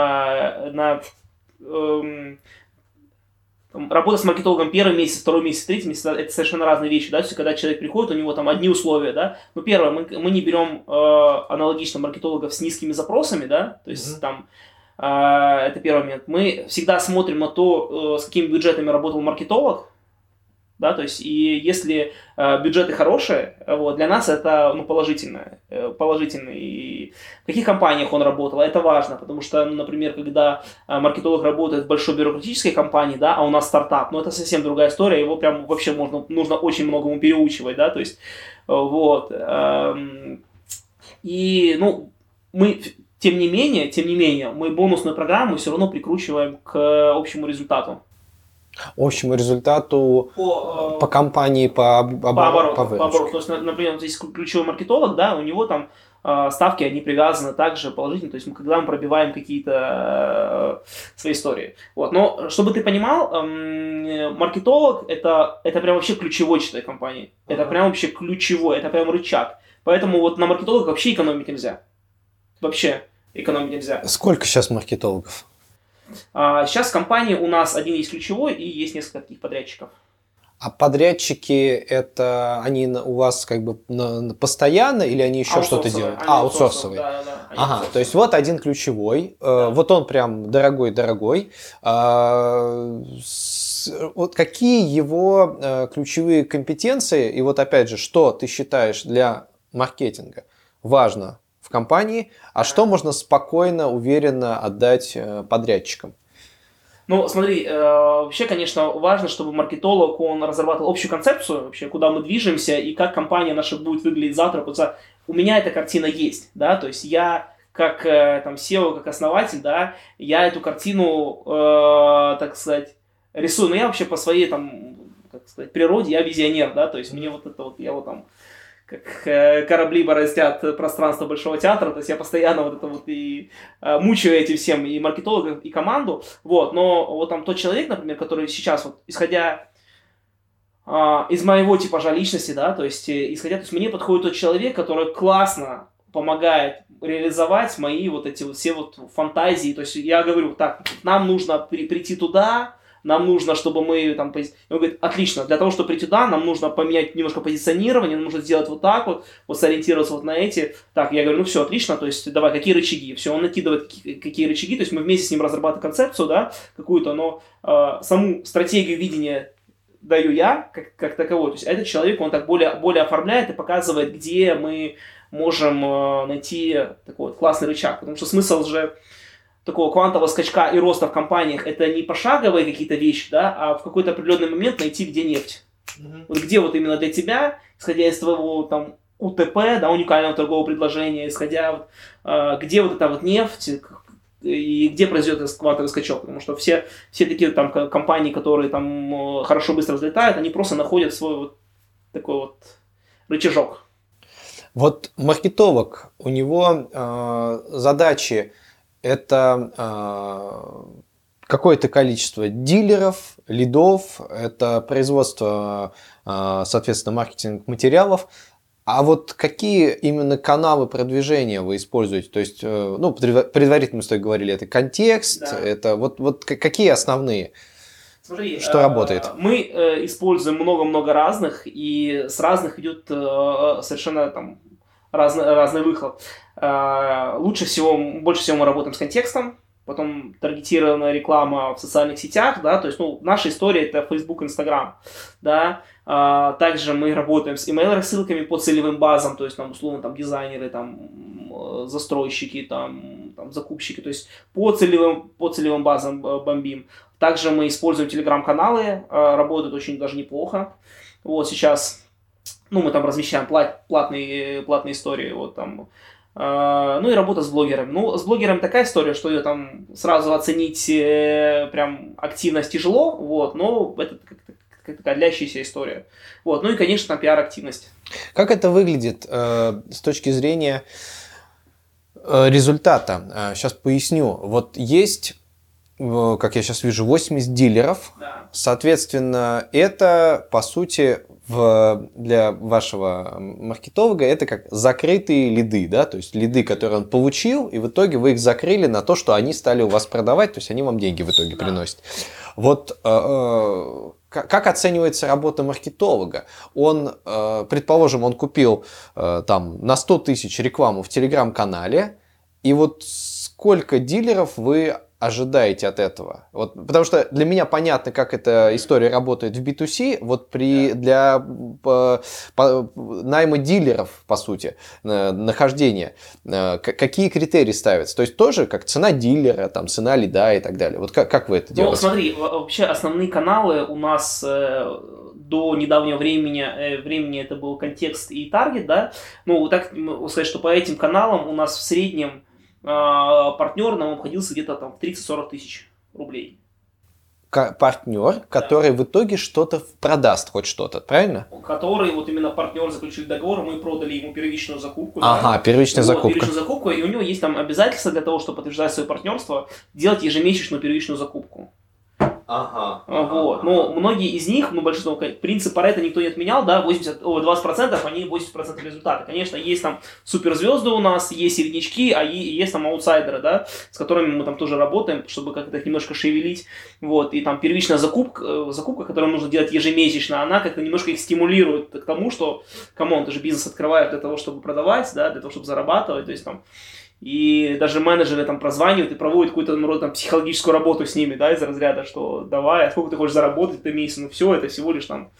работа с маркетологом первый месяц, второй месяц, третий месяц, это совершенно разные вещи, да, то есть когда человек приходит, у него там одни условия, да, ну, первое, мы не берем аналогично маркетологов с низкими запросами, да, то есть там, это первый момент, мы всегда смотрим на то, с какими бюджетами работал маркетолог, да, то есть, и если бюджеты хорошие, вот, для нас это, положительно, и в каких компаниях он работал, это важно, потому что, например, когда маркетолог работает в большой бюрократической компании, да, а у нас стартап, это совсем другая история, его прям вообще нужно очень многому переучивать, да, то есть, вот, и, мы, тем не менее, мы бонусную программу все равно прикручиваем к общему результату. Общему результату по компании, по обороту. То есть, например, здесь ключевой маркетолог, да, у него там ставки, они привязаны также положительно, то есть когда мы пробиваем какие-то свои истории. Вот. Но, чтобы ты понимал, маркетолог это прям вообще ключевой человек компании. Это прям вообще ключевой, это прям рычаг. Поэтому вот на маркетолога вообще экономить нельзя. Вообще экономить нельзя. Сколько сейчас маркетологов? Сейчас в компании у нас один есть ключевой и есть несколько таких подрядчиков. А подрядчики, это они у вас как бы постоянно или они еще что-то делают? Аутсорсовые. Да, ага, то есть вот один ключевой, вот он прям дорогой. Вот какие его ключевые компетенции, и вот опять же, что ты считаешь для маркетинга важно в компании, а что можно спокойно, уверенно отдать подрядчикам? Смотри, вообще, конечно, важно, чтобы маркетолог, он разрабатывал общую концепцию, вообще, куда мы движемся и как компания наша будет выглядеть завтра. Потому что у меня эта картина есть, да, то есть я как там SEO, как основатель, да, я эту картину, так сказать, рисую. Но я вообще по своей, там, как сказать, природе, я визионер, да, то есть мне вот это вот, я вот там, как корабли бороздят пространство Большого театра, то есть я постоянно вот это вот и мучаю этим всем и маркетологов, и команду, вот, но вот там тот человек, например, который сейчас вот, исходя из моего типажа личности, да, то есть мне подходит тот человек, который классно помогает реализовать мои вот эти вот все вот фантазии, то есть я говорю, так, нам нужно прийти туда, нам нужно, чтобы мы там... Он говорит, отлично, для того, чтобы прийти туда, нам нужно поменять немножко позиционирование, нам нужно сделать вот так вот сориентироваться вот на эти. Так, я говорю, все, отлично, то есть давай, какие рычаги? Все, он накидывает, какие рычаги, то есть мы вместе с ним разрабатываем концепцию, да, какую-то, но саму стратегию видения даю я, как таковой. То есть этот человек, он так более оформляет и показывает, где мы можем найти такой вот классный рычаг, потому что смысл же такого квантового скачка и роста в компаниях, это не пошаговые какие-то вещи, да, а в какой-то определенный момент найти, где нефть. Вот где вот именно для тебя, исходя из твоего там УТП, да, уникального торгового предложения, исходя где вот эта вот нефть и где произойдет этот квантовый скачок, потому что все такие там компании, которые там хорошо быстро взлетают, они просто находят свой вот такой вот рычажок. Вот маркетолог, у него задачи это какое-то количество дилеров, лидов, это производство, соответственно, маркетинг-материалов. А вот какие именно каналы продвижения вы используете? То есть, ну, предварительно мы с тобой говорили, это контекст, да. Это вот какие основные? Смотри, что работает? Мы используем много-много разных, и с разных идет совершенно там разный выхлоп. Больше всего мы работаем с контекстом, потом таргетированная реклама в социальных сетях, да, то есть, ну, наша история это Facebook, Instagram, да. Также мы работаем с email-рассылками по целевым базам, то есть, там, условно, там, дизайнеры, там, застройщики, там, закупщики, то есть, по целевым базам бомбим. Также мы используем телеграм-каналы, работают очень даже неплохо. Вот сейчас, ну, мы там размещаем платные истории, вот там. Ну и работа с блогером. Ну, с блогером такая история, что ее там сразу оценить прям активность тяжело, вот, но это как такая длящаяся история. Вот, ну и, конечно, там пиар-активность. Как это выглядит с точки зрения результата? Сейчас поясню. Вот есть, как я сейчас вижу, 80 дилеров. Да. Соответственно, это, по сути, для вашего маркетолога это как закрытые лиды, да, то есть лиды, которые он получил, и в итоге вы их закрыли на то, что они стали у вас продавать, то есть они вам деньги в итоге приносят. Вот как оценивается работа маркетолога? Он, предположим, он купил там на 100 тысяч рекламу в телеграм-канале, и вот сколько дилеров вы ожидаете от этого? Вот, потому что для меня понятно, как эта история работает в B2C, вот для найма дилеров, по сути, нахождения, какие критерии ставятся? То есть тоже как цена дилера, там, цена лида и так далее. Вот как вы это делаете? Ну, смотри, вообще основные каналы у нас до недавнего времени это был контекст и таргет, да, ну, так сказать, что по этим каналам у нас в среднем партнер нам обходился где-то там в 30-40 тысяч рублей. Партнер, который в итоге что-то продаст, хоть что-то, правильно? Который, вот именно партнер заключили договор, мы продали ему первичную закупку. Ага, да? Первичная закупка. Первичную закупку, и у него есть там обязательство для того, чтобы подтверждать свое партнерство, делать ежемесячную первичную закупку. Ага. Вот. Но многие из них, ну, большинство, принцип Парето никто не отменял, да, 20%, они 80% результата. Конечно, есть там суперзвезды у нас, есть середнячки, а есть там аутсайдеры, да, с которыми мы там тоже работаем, чтобы как-то их немножко шевелить. Вот. И там первичная закупка, которую нужно делать ежемесячно, она как-то немножко их стимулирует к тому, что, камон, ты же бизнес открываешь для того, чтобы продавать, да, для того, чтобы зарабатывать, то есть там. И даже менеджеры там прозванивают и проводят какую-то там психологическую работу с ними, да, из разряда, что давай, а сколько ты хочешь заработать в месяц, ну все, это всего лишь там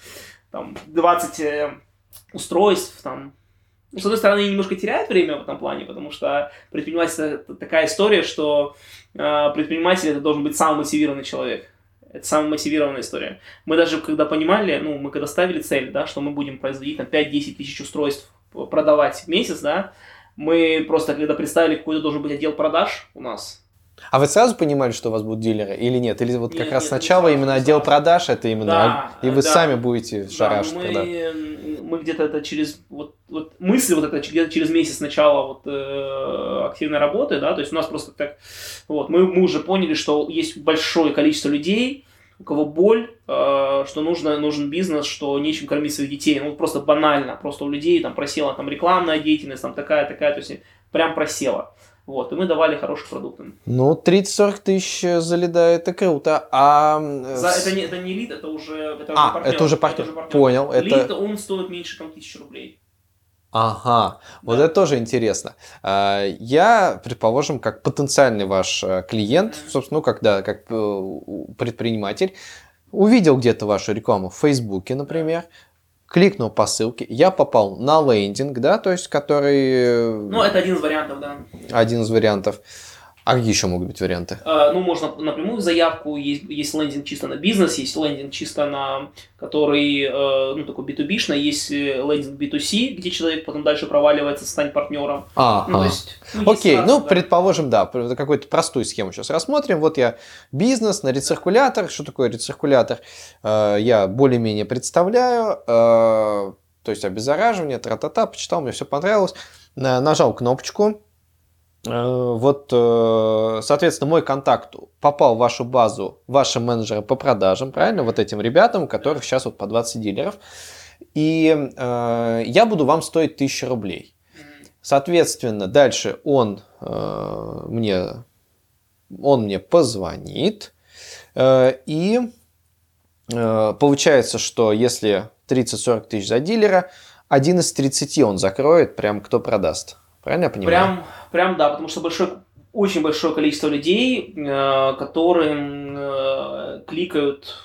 20 устройств, там. Ну, с одной стороны, они немножко теряют время в этом плане, потому что предприниматель это такая история, что предприниматель это должен быть самый мотивированный человек. Это самая мотивированная история. Мы даже когда понимали, ну, мы когда ставили цель, да, что мы будем производить там 5-10 тысяч устройств, продавать в месяц, да, мы просто, когда представили, какой должен быть отдел продаж у нас. А вы сразу понимали, что у вас будут дилеры или нет? Или вот как раз сначала именно отдел продаж, это именно, да, и вы сами будете шарашить? Да, мы где-то это через, вот мысли вот это где-то через месяц начала активной работы, да, то есть у нас просто так, вот, мы уже поняли, что есть большое количество людей, у кого боль, что нужен бизнес, что нечем кормить своих детей. Ну, просто банально. Просто у людей там просела там рекламная деятельность, там такая, то есть прям просела. Вот, и мы давали хорошие продукты. Ну, 30-40 тысяч за лида, это круто. Это не лид, это уже партнер. Это уже партнер. Понял. Лид, он стоит меньше там 1000 рублей. Ага, вот это тоже интересно. Я, предположим, как потенциальный ваш клиент, собственно, как предприниматель, увидел где-то вашу рекламу в Фейсбуке, например, кликнул по ссылке, я попал на лендинг, да, то есть который... Ну, это один из вариантов, да. Один из вариантов. А какие еще могут быть варианты? Ну, можно напрямую в заявку, есть лендинг чисто на бизнес, есть лендинг чисто на, который, ну, такой B2B-шный, есть лендинг B2C, где человек потом дальше проваливается, станет партнером. Окей, предположим, да, какую-то простую схему сейчас рассмотрим. Вот я бизнес на рециркулятор. Что такое рециркулятор? Я более-менее представляю. то есть обеззараживание, тра-та-та, почитал, мне все понравилось, нажал кнопочку, вот, соответственно, мой контакт попал в вашу базу, ваши менеджеры по продажам, правильно, вот этим ребятам, у которых сейчас вот по 20 дилеров, и я буду вам стоить 1000 рублей. Соответственно, дальше он мне позвонит, и получается, что если 30-40 тысяч за дилера, один из 30 он закроет, прям кто продаст. Правильно я понимаю? Прям да, потому что очень большое количество людей, которые кликают,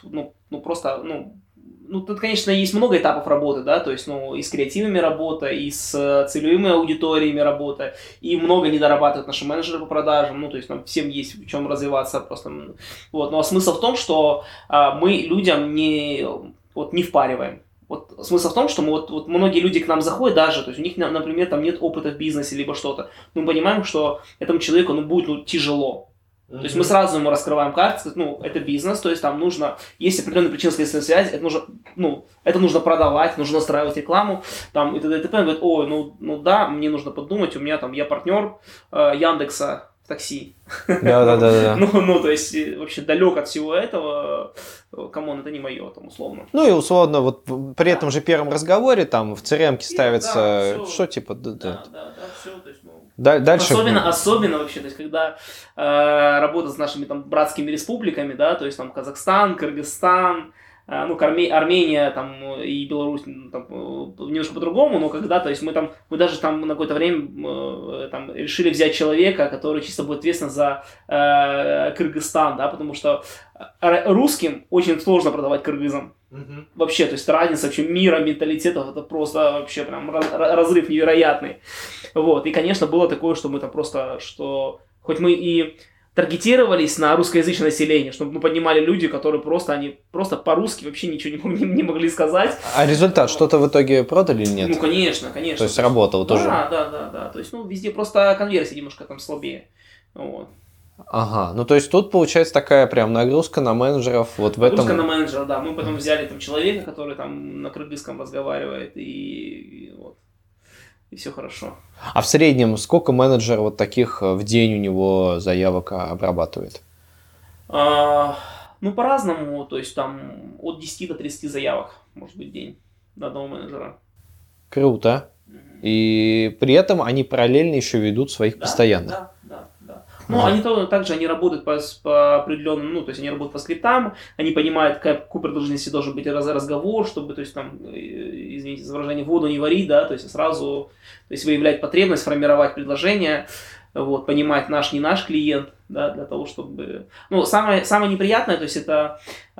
тут, конечно, есть много этапов работы, да, то есть, и с креативами работа, и с целевыми аудиториями работа, и много не дорабатывают наши менеджеры по продажам, то есть, нам всем есть в чем развиваться просто, вот, но смысл в том, что мы людям не впариваем. Вот смысл в том, что вот многие люди к нам заходят даже, то есть у них, например, там нет опыта в бизнесе, либо что-то, но мы понимаем, что этому человеку, будет тяжело. То есть мы сразу ему раскрываем карты, это бизнес, то есть там нужно, есть определенные причинно-следственные связи, это нужно продавать, нужно настраивать рекламу, там, и т.д. и т.п. Он говорит, да, мне нужно подумать, у меня там, я партнер Яндекса в такси. Да. То есть вообще далек от всего этого, камон, это не мое, там, условно. И условно, вот при этом же первом разговоре, там, в CRM-ке ставится, что типа... Да, все, то есть, дальше... Особенно вообще, то есть, когда работа с нашими там братскими республиками, да, то есть, там, Казахстан, Кыргызстан, Армения там, и Беларусь там, немножко по-другому, но когда, то есть мы даже там на какое-то время там, решили взять человека, который чисто будет ответственен за Кыргызстан, да, потому что русским очень сложно продавать кыргызам. Вообще, то есть разница вообще мира, менталитетов, это просто вообще прям разрыв невероятный. Вот, и, конечно, было такое, что мы там просто, что хоть мы и таргетировались на русскоязычное население, чтобы мы поднимали люди, которые они просто по-русски вообще ничего не могли сказать. А результат, что-то в итоге продали или нет? Конечно. То есть работало тоже? Да. То есть, везде просто конверсия немножко там слабее. Вот. Ага, то есть тут получается такая прям нагрузка на менеджеров вот в этом... Нагрузка на менеджера, да. Мы потом взяли там человека, который там на кыргызском разговаривает, и вот. И все хорошо. А в среднем сколько менеджер вот таких в день у него заявок обрабатывает? По-разному. То есть там от 10 до 30 заявок может быть в день на одного менеджера. Круто. И при этом они параллельно еще ведут своих постоянных. Да. Они также работают по определенным, то есть они работают по скриптам, они понимают, какой продолжительности должен быть разговор, чтобы, то есть там, извините за выражение, воду не варить, да, то есть сразу, то есть выявлять потребность, формировать предложение, вот, понимать наш, не наш клиент, да, для того, чтобы, самое неприятное, то есть это,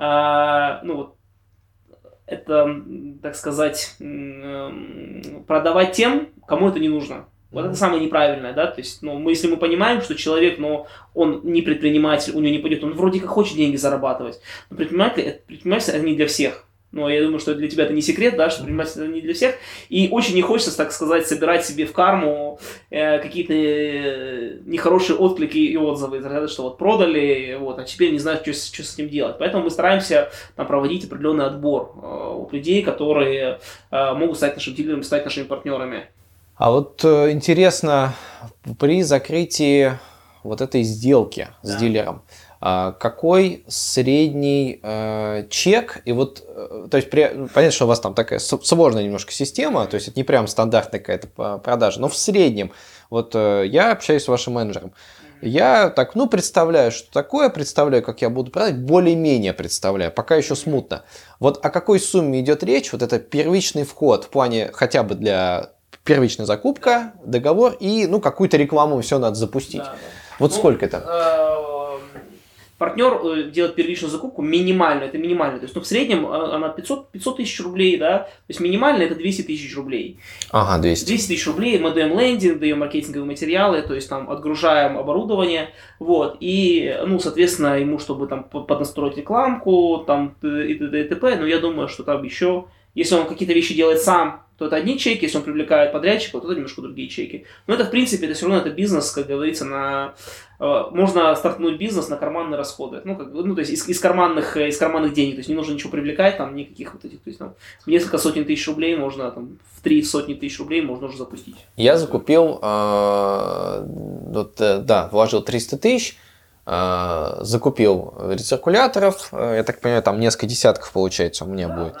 это, так сказать, продавать тем, кому это не нужно. Вот это самое неправильное, да, то есть, если мы понимаем, что человек, он не предприниматель, у него не пойдет, он вроде как хочет деньги зарабатывать, но предприниматель это не для всех. Я думаю, что для тебя это не секрет, да, что предприниматель это не для всех, и очень не хочется, так сказать, собирать себе в карму какие-то нехорошие отклики и отзывы, что вот продали, вот, а теперь не знаю, что с этим делать. Поэтому мы стараемся там проводить определенный отбор у людей, которые могут стать нашим дилером, стать нашими партнерами. А вот интересно, при закрытии вот этой сделки с дилером, какой средний чек? И вот, то есть, понятно, что у вас там такая сложная немножко система, то есть это не прям стандартная какая-то продажа, но в среднем, вот я общаюсь с вашим менеджером, я так, представляю, что такое, представляю, как я буду продавать, более-менее представляю, пока еще смутно. Вот о какой сумме идет речь, вот это первичный вход в плане хотя бы для... Первичная закупка, договор и какую-то рекламу все надо запустить. Да. Вот сколько это? Партнер делает первичную закупку минимальную, это минимально. То есть, в среднем она 500 тысяч рублей, да, то есть минимально это 200 тысяч рублей. Ага, 200. 200 тысяч рублей, мы даем лендинг, даем маркетинговые материалы, то есть там отгружаем оборудование, вот, и, соответственно, ему, чтобы там поднастроить рекламку, там, и т.д. и т.п., но я думаю, что там еще, если он какие-то вещи делает сам, то это одни чеки, если он привлекает подрядчика, то это немножко другие чеки. Но это, в принципе, это все равно это бизнес, как говорится, можно стартануть бизнес на карманные расходы. То есть из карманных денег, то есть не нужно ничего привлекать, там никаких вот этих, то есть там в несколько сотен тысяч рублей можно, там в 3 сотни тысяч рублей можно уже запустить. Я закупил, вложил 300 тысяч, закупил рециркуляторов, я так понимаю, там несколько десятков, получается, у меня будет.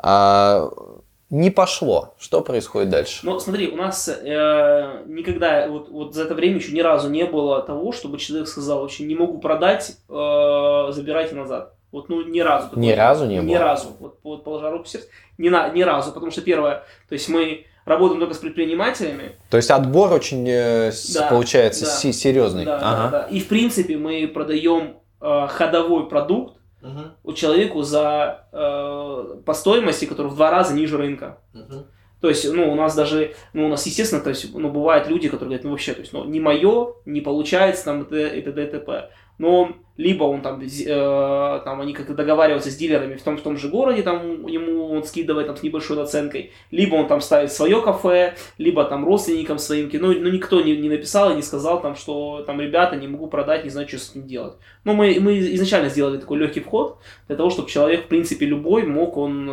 Не пошло. Что происходит дальше? Ну, смотри, у нас никогда, вот за это время еще ни разу не было того, чтобы человек сказал, вообще не могу продать, забирайте назад. Ни разу. Ни разу не было? Ни разу. Вот положа руку в сердце. Ни разу. Потому что первое, то есть мы работаем только с предпринимателями. То есть отбор очень, получается, серьезный. Да. И в принципе мы продаем ходовой продукт человеку по стоимости, которая в 2 раза ниже рынка. То есть, у нас даже, у нас, естественно, то есть, бывают люди, которые говорят, вообще, то есть, не мое, не получается, там, и т.д. и т.п. Но либо он там они как-то договариваются с дилерами в том же городе, там, ему он скидывает там с небольшой наценкой, либо он там ставит свое кафе, либо там родственникам своим, никто не написал и не сказал там, что там, ребята, не могу продать, не знаю, что с этим делать. Но мы изначально сделали такой легкий вход, для того, чтобы человек, в принципе, любой мог,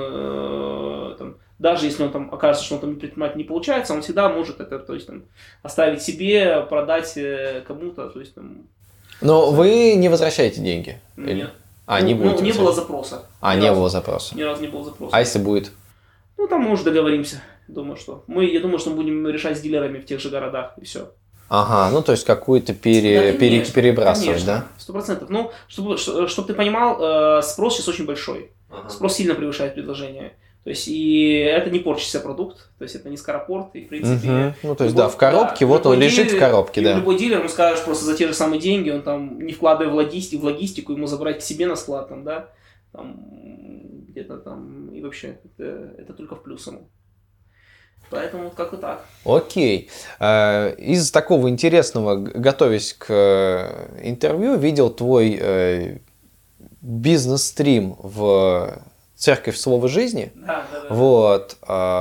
даже если он там окажется, что он там предприниматель не получается, он всегда может это, то есть, там, оставить себе, продать кому-то, то есть, там... Но вы не возвращаете деньги? Нет. Не будете? Не было запроса. Не было запроса. Ни разу не было запроса. А если будет? Там мы уже договоримся. Думаю, что я думаю, что мы будем решать с дилерами в тех же городах, и все. Ага, то есть какую-то перебрасывать, конечно, да? 100%. Чтобы ты понимал, спрос сейчас очень большой. Спрос сильно превышает предложение. То есть, и это не порчится продукт, то есть, это не скоропорт, и, в принципе... то есть, в коробке, он лежит в коробке, да. Любой дилер, ему скажешь просто за те же самые деньги, он там, не вкладывая в логистику, ему забрать к себе на склад, там, да, там, где-то там, и вообще, это только в плюс ему. Поэтому как-то так. Окей. Из такого интересного, готовясь к интервью, видел твой бизнес-стрим в... Церковь Слова Жизни. Да. Вот.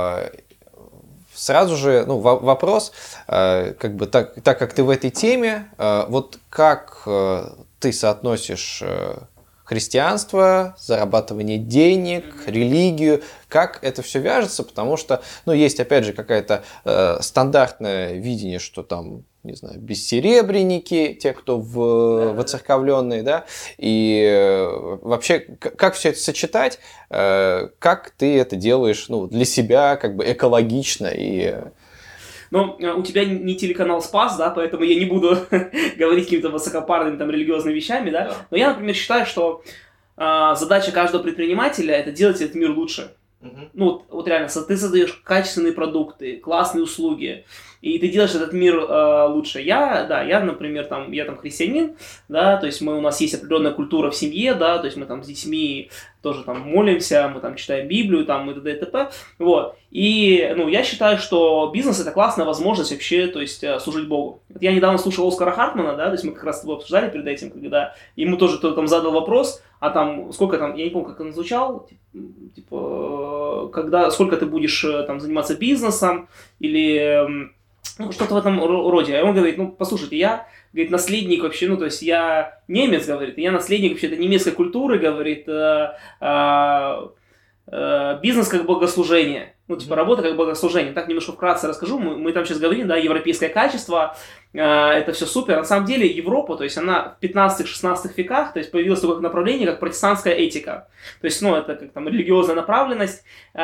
Сразу же, вопрос, так как ты в этой теме, вот как ты соотносишь христианство, зарабатывание денег, религию, как это все вяжется, потому что, есть, опять же, какое-то стандартное видение, что там, не знаю, бессеребренники, те, кто воцерковленные, да, и вообще, как все это сочетать, как ты это делаешь, для себя, как бы экологично и... У тебя не телеканал Спас, да, поэтому я не буду говорить какими-то высокопарными там религиозными вещами, да, но я, например, считаю, что задача каждого предпринимателя – это делать этот мир лучше. Реально, ты создаешь качественные продукты, классные услуги, и ты делаешь этот мир лучше. Я, например, я христианин, да, то есть у нас есть определенная культура в семье, да, то есть мы там с детьми тоже там молимся, мы там читаем Библию, там и т.д. и т.п. Вот. И, я считаю, что бизнес – это классная возможность вообще, то есть служить Богу. Я недавно слушал Оскара Хартмана, да, то есть мы как раз с тобой обсуждали перед этим, когда ему тоже кто-то там задал вопрос, а там, сколько там, я не помню, как он звучал, сколько ты будешь там заниматься бизнесом, или что-то в этом роде. А он говорит, послушайте, я, говорит, наследник вообще, то есть я немец, говорит, я наследник вообще-то немецкой культуры, говорит, бизнес как богослужение. Работа как богослужение. Так немножко вкратце расскажу. Мы там сейчас говорим, да, европейское качество, это все супер. На самом деле Европа, то есть она в 15-16 веках, то есть появилось такое направление, как протестантская этика. То есть, это как там религиозная направленность.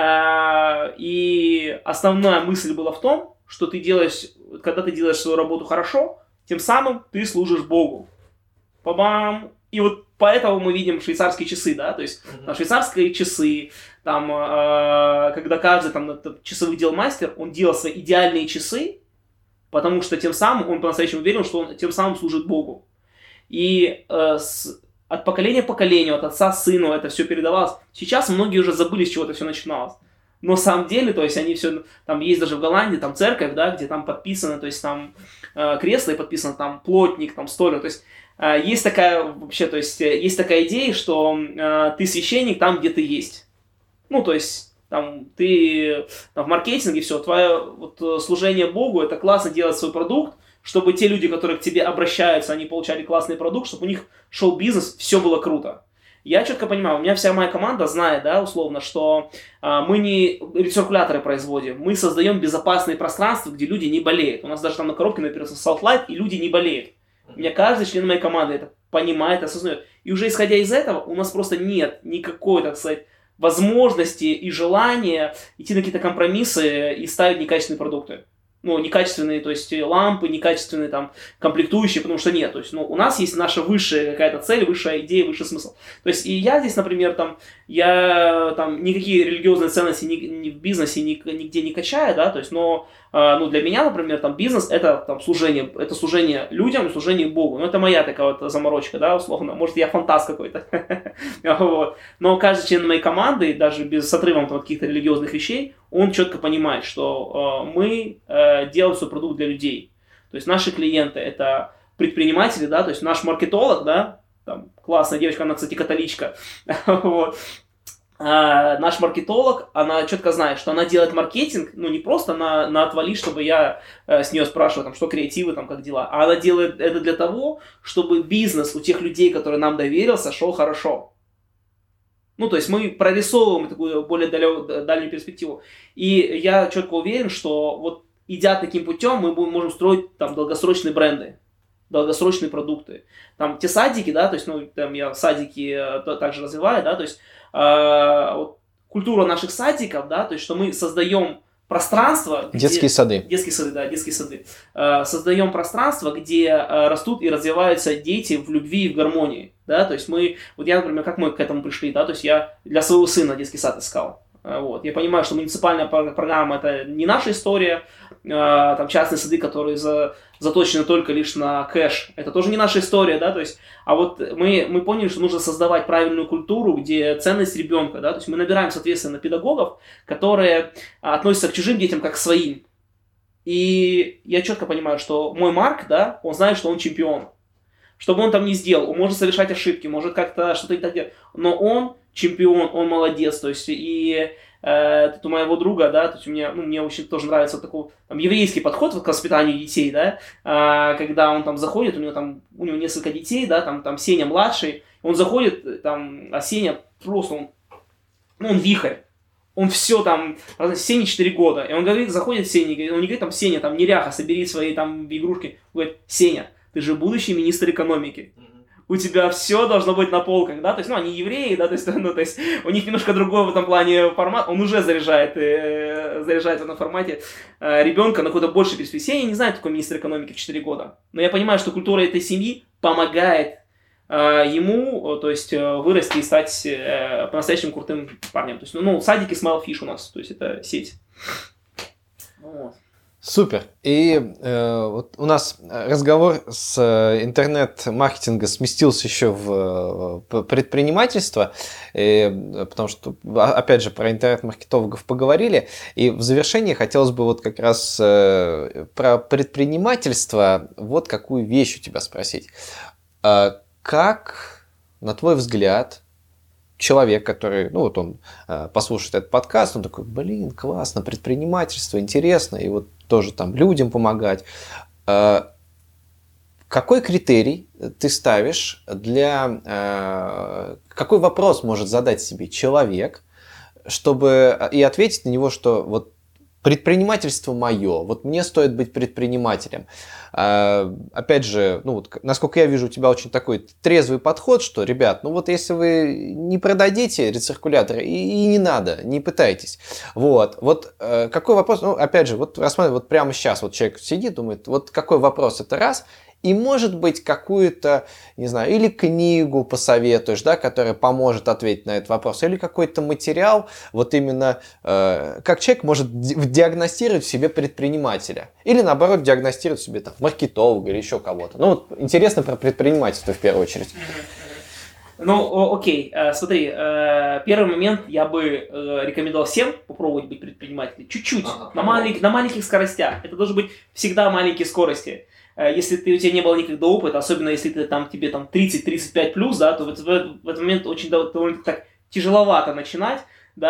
И основная мысль была в том, что когда ты делаешь свою работу хорошо, тем самым ты служишь Богу. Па-бам! И вот поэтому мы видим швейцарские часы, да, то есть швейцарские часы, там, когда каждый там часовых дел мастер, он делал свои идеальные часы, потому что тем самым он по-настоящему верил, что он тем самым служит Богу. И от поколения к поколению, от отца к сыну это все передавалось. Сейчас многие уже забыли, с чего это все начиналось. Но на самом деле, то есть они все, там есть даже в Голландии, там церковь, да, где там подписано, то есть там кресло и подписано там плотник, там столяр, то есть есть такая вообще, то есть есть такая идея, что ты священник там, где ты есть. То есть там, ты там, в маркетинге, все, твое вот, служение Богу, это классно делать свой продукт, чтобы те люди, которые к тебе обращаются, они получали классный продукт, чтобы у них шел бизнес, все было круто. Я четко понимаю, у меня вся моя команда знает, да, условно, что мы не рециркуляторы производим, мы создаем безопасные пространства, где люди не болеют. У нас даже там на коробке написано Salt Life, и люди не болеют. У меня каждый член моей команды это понимает, осознает. И уже исходя из этого, у нас просто нет никакой, так сказать, возможности и желания идти на какие-то компромиссы и ставить некачественные продукты. Ну, некачественные, то есть лампы, некачественные там комплектующие, потому что нет. То есть, ну, у нас есть наша высшая какая-то цель, высшая идея, высший смысл. То есть, и я здесь, например, там, я там никакие религиозные ценности ни в бизнесе нигде не качаю, да, то есть, но, ну, для меня, например, там, бизнес это там служение людям, служение Богу. Ну, это моя такая вот заморочка, да, условно. Может, я фантаст какой-то. Вот. Но каждый член моей команды, даже без отрывом от каких-то религиозных вещей, он четко понимает, что мы делаем свой продукт для людей. То есть наши клиенты это предприниматели, да, то есть наш маркетолог, да, там, классная девочка, она, кстати, католичка, вот. Наш маркетолог, она четко знает, что она делает маркетинг, ну, не просто на отвали, чтобы я с нее спрашивал, там, что креативы, там, как дела, а она делает это для того, чтобы бизнес у тех людей, которые нам доверился, шел хорошо. Ну, то есть мы прорисовываем такую более дальнюю перспективу. И я четко уверен, что вот идя таким путем, мы можем строить там долгосрочные бренды, долгосрочные продукты. Там те садики, да, то есть, ну, там я садики также развиваю, да, то есть вот, культура наших садиков, да, то есть, что мы создаем пространство... Детские сады. Детские сады, да, детские сады. Создаем пространство, где растут и развиваются дети в любви и в гармонии, да, то есть мы, вот я, например, как мы к этому пришли, да, то есть я для своего сына детский сад искал. Вот. Я понимаю, что муниципальная программа это не наша история, там частные сады, которые заточены только лишь на кэш, это тоже не наша история, да, то есть, а вот мы поняли, что нужно создавать правильную культуру, где ценность ребенка, да, то есть мы набираем, соответственно, педагогов, которые относятся к чужим детям как к своим. И я четко понимаю, что мой Марк, да, он знает, что он чемпион. Что бы он там ни сделал, он может совершать ошибки, может как-то что-то не так делать, но он чемпион, он молодец, то есть, и тут у моего друга, да, то есть мне очень тоже нравится вот такой там, еврейский подход вот, к воспитанию детей, да, когда он там заходит, у него несколько детей, да, там Сеня младший, он заходит, там, а Сеня просто, он вихрь. Он все там, Сене 4 года, и он говорит, заходит Сеня, он не говорит там, Сеня, там, неряха, собери свои там игрушки, он говорит, Сеня, ты же будущий министр экономики. У тебя все должно быть на полках, да, то есть, ну, они евреи, да, то есть у них немножко другой в этом плане формат, он уже заряжает в этом формате ребенка на какой-то большей перспективе. Я не знаю, такой министр экономики в 4 года, но я понимаю, что культура этой семьи помогает ему, то есть, вырасти и стать по-настоящему крутым парнем. То есть, ну, садики Smile Fish у нас, то есть, это сеть. Вот. Супер. И вот у нас разговор с интернет-маркетинга сместился еще в предпринимательство, потому что, опять же, про интернет-маркетологов поговорили. И в завершении хотелось бы вот как раз про предпринимательство вот какую вещь у тебя спросить. Как, на твой взгляд, человек, который, ну вот он послушает этот подкаст, он такой, блин, классно, предпринимательство, интересно, и вот тоже там людям помогать. Какой критерий ты ставишь для... Какой вопрос может задать себе человек, чтобы и ответить на него, что вот предпринимательство мое, вот мне стоит быть предпринимателем. Опять же, ну вот, насколько я вижу, у тебя очень такой трезвый подход, что, ребят, ну вот если вы не продадите рециркулятор, и не надо, не пытайтесь. Вот какой вопрос, ну опять же, вот рассматривай, вот прямо сейчас вот человек сидит, думает, вот какой вопрос, это раз, и может быть какую-то, не знаю, или книгу посоветуешь, да, которая поможет ответить на этот вопрос, или какой-то материал, вот именно как человек может диагностировать в себе предпринимателя, или наоборот диагностировать в себе там маркетолога или еще кого-то. Ну вот интересно про предпринимательство в первую очередь. Ну, окей, смотри, первый момент я бы рекомендовал всем попробовать быть предпринимателем. Чуть-чуть, на маленьких скоростях. Это должны быть всегда маленькие скорости. Если у тебя не было никогда опыта, особенно если тебе 30-35 плюс, да, то в этот момент очень довольно так тяжеловато начинать, да.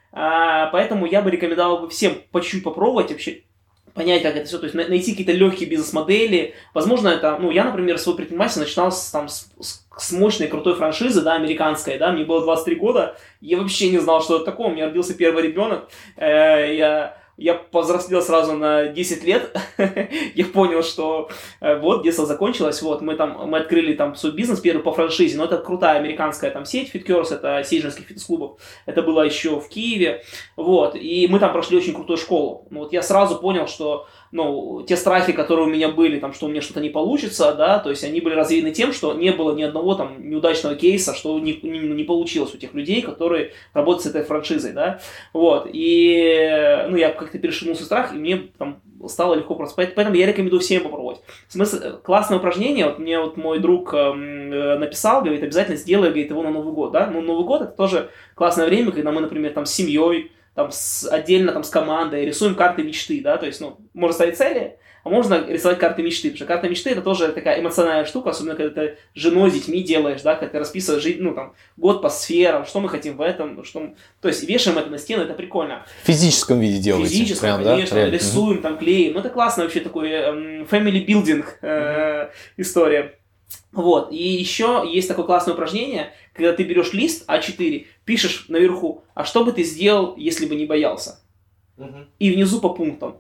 Поэтому я бы рекомендовал всем по чуть-чуть попробовать вообще понять, как это все, то есть найти какие-то легкие бизнес-модели. Возможно, это, я, например, свой предприниматель начинал с мощной, крутой франшизы, да, американской, да, мне было 23 года, я вообще не знал, что это такое, у меня родился первый ребенок, я повзрослел сразу на 10 лет, я понял, что вот, детство закончилось, вот, мы открыли там свой бизнес первый по франшизе, но это крутая американская там сеть FitCures, это сеть женских фитнес-клубов, это было еще в Киеве, вот, и мы там прошли очень крутую школу, вот я сразу понял, что, те страхи, которые у меня были, там, что у меня что-то не получится, да, то есть они были развеяны тем, что не было ни одного там неудачного кейса, что не получилось у тех людей, которые работают с этой франшизой, да, вот, и, я как-то перешагнул свой страх, и мне там стало легко просто, поэтому я рекомендую всем попробовать. Смысл, классное упражнение, мне мой друг написал, говорит, обязательно сделай, говорит, его на Новый год, да, Новый год это тоже классное время, когда мы, например, там с семьей, отдельно с командой рисуем карты мечты, да, то есть, можно ставить цели, а можно рисовать карты мечты, потому что карта мечты это тоже такая эмоциональная штука, особенно когда ты с женой, с детьми делаешь, да, когда ты расписываешь год по сферам, что мы хотим в этом, то есть вешаем это на стену, это прикольно. В физическом виде делаете? В физическом, конечно, да? Рисуем, клеим, это классно вообще такой family building история. Вот, и еще есть такое классное упражнение, когда ты берешь лист А4, пишешь наверху, а что бы ты сделал, если бы не боялся? И внизу по пунктам.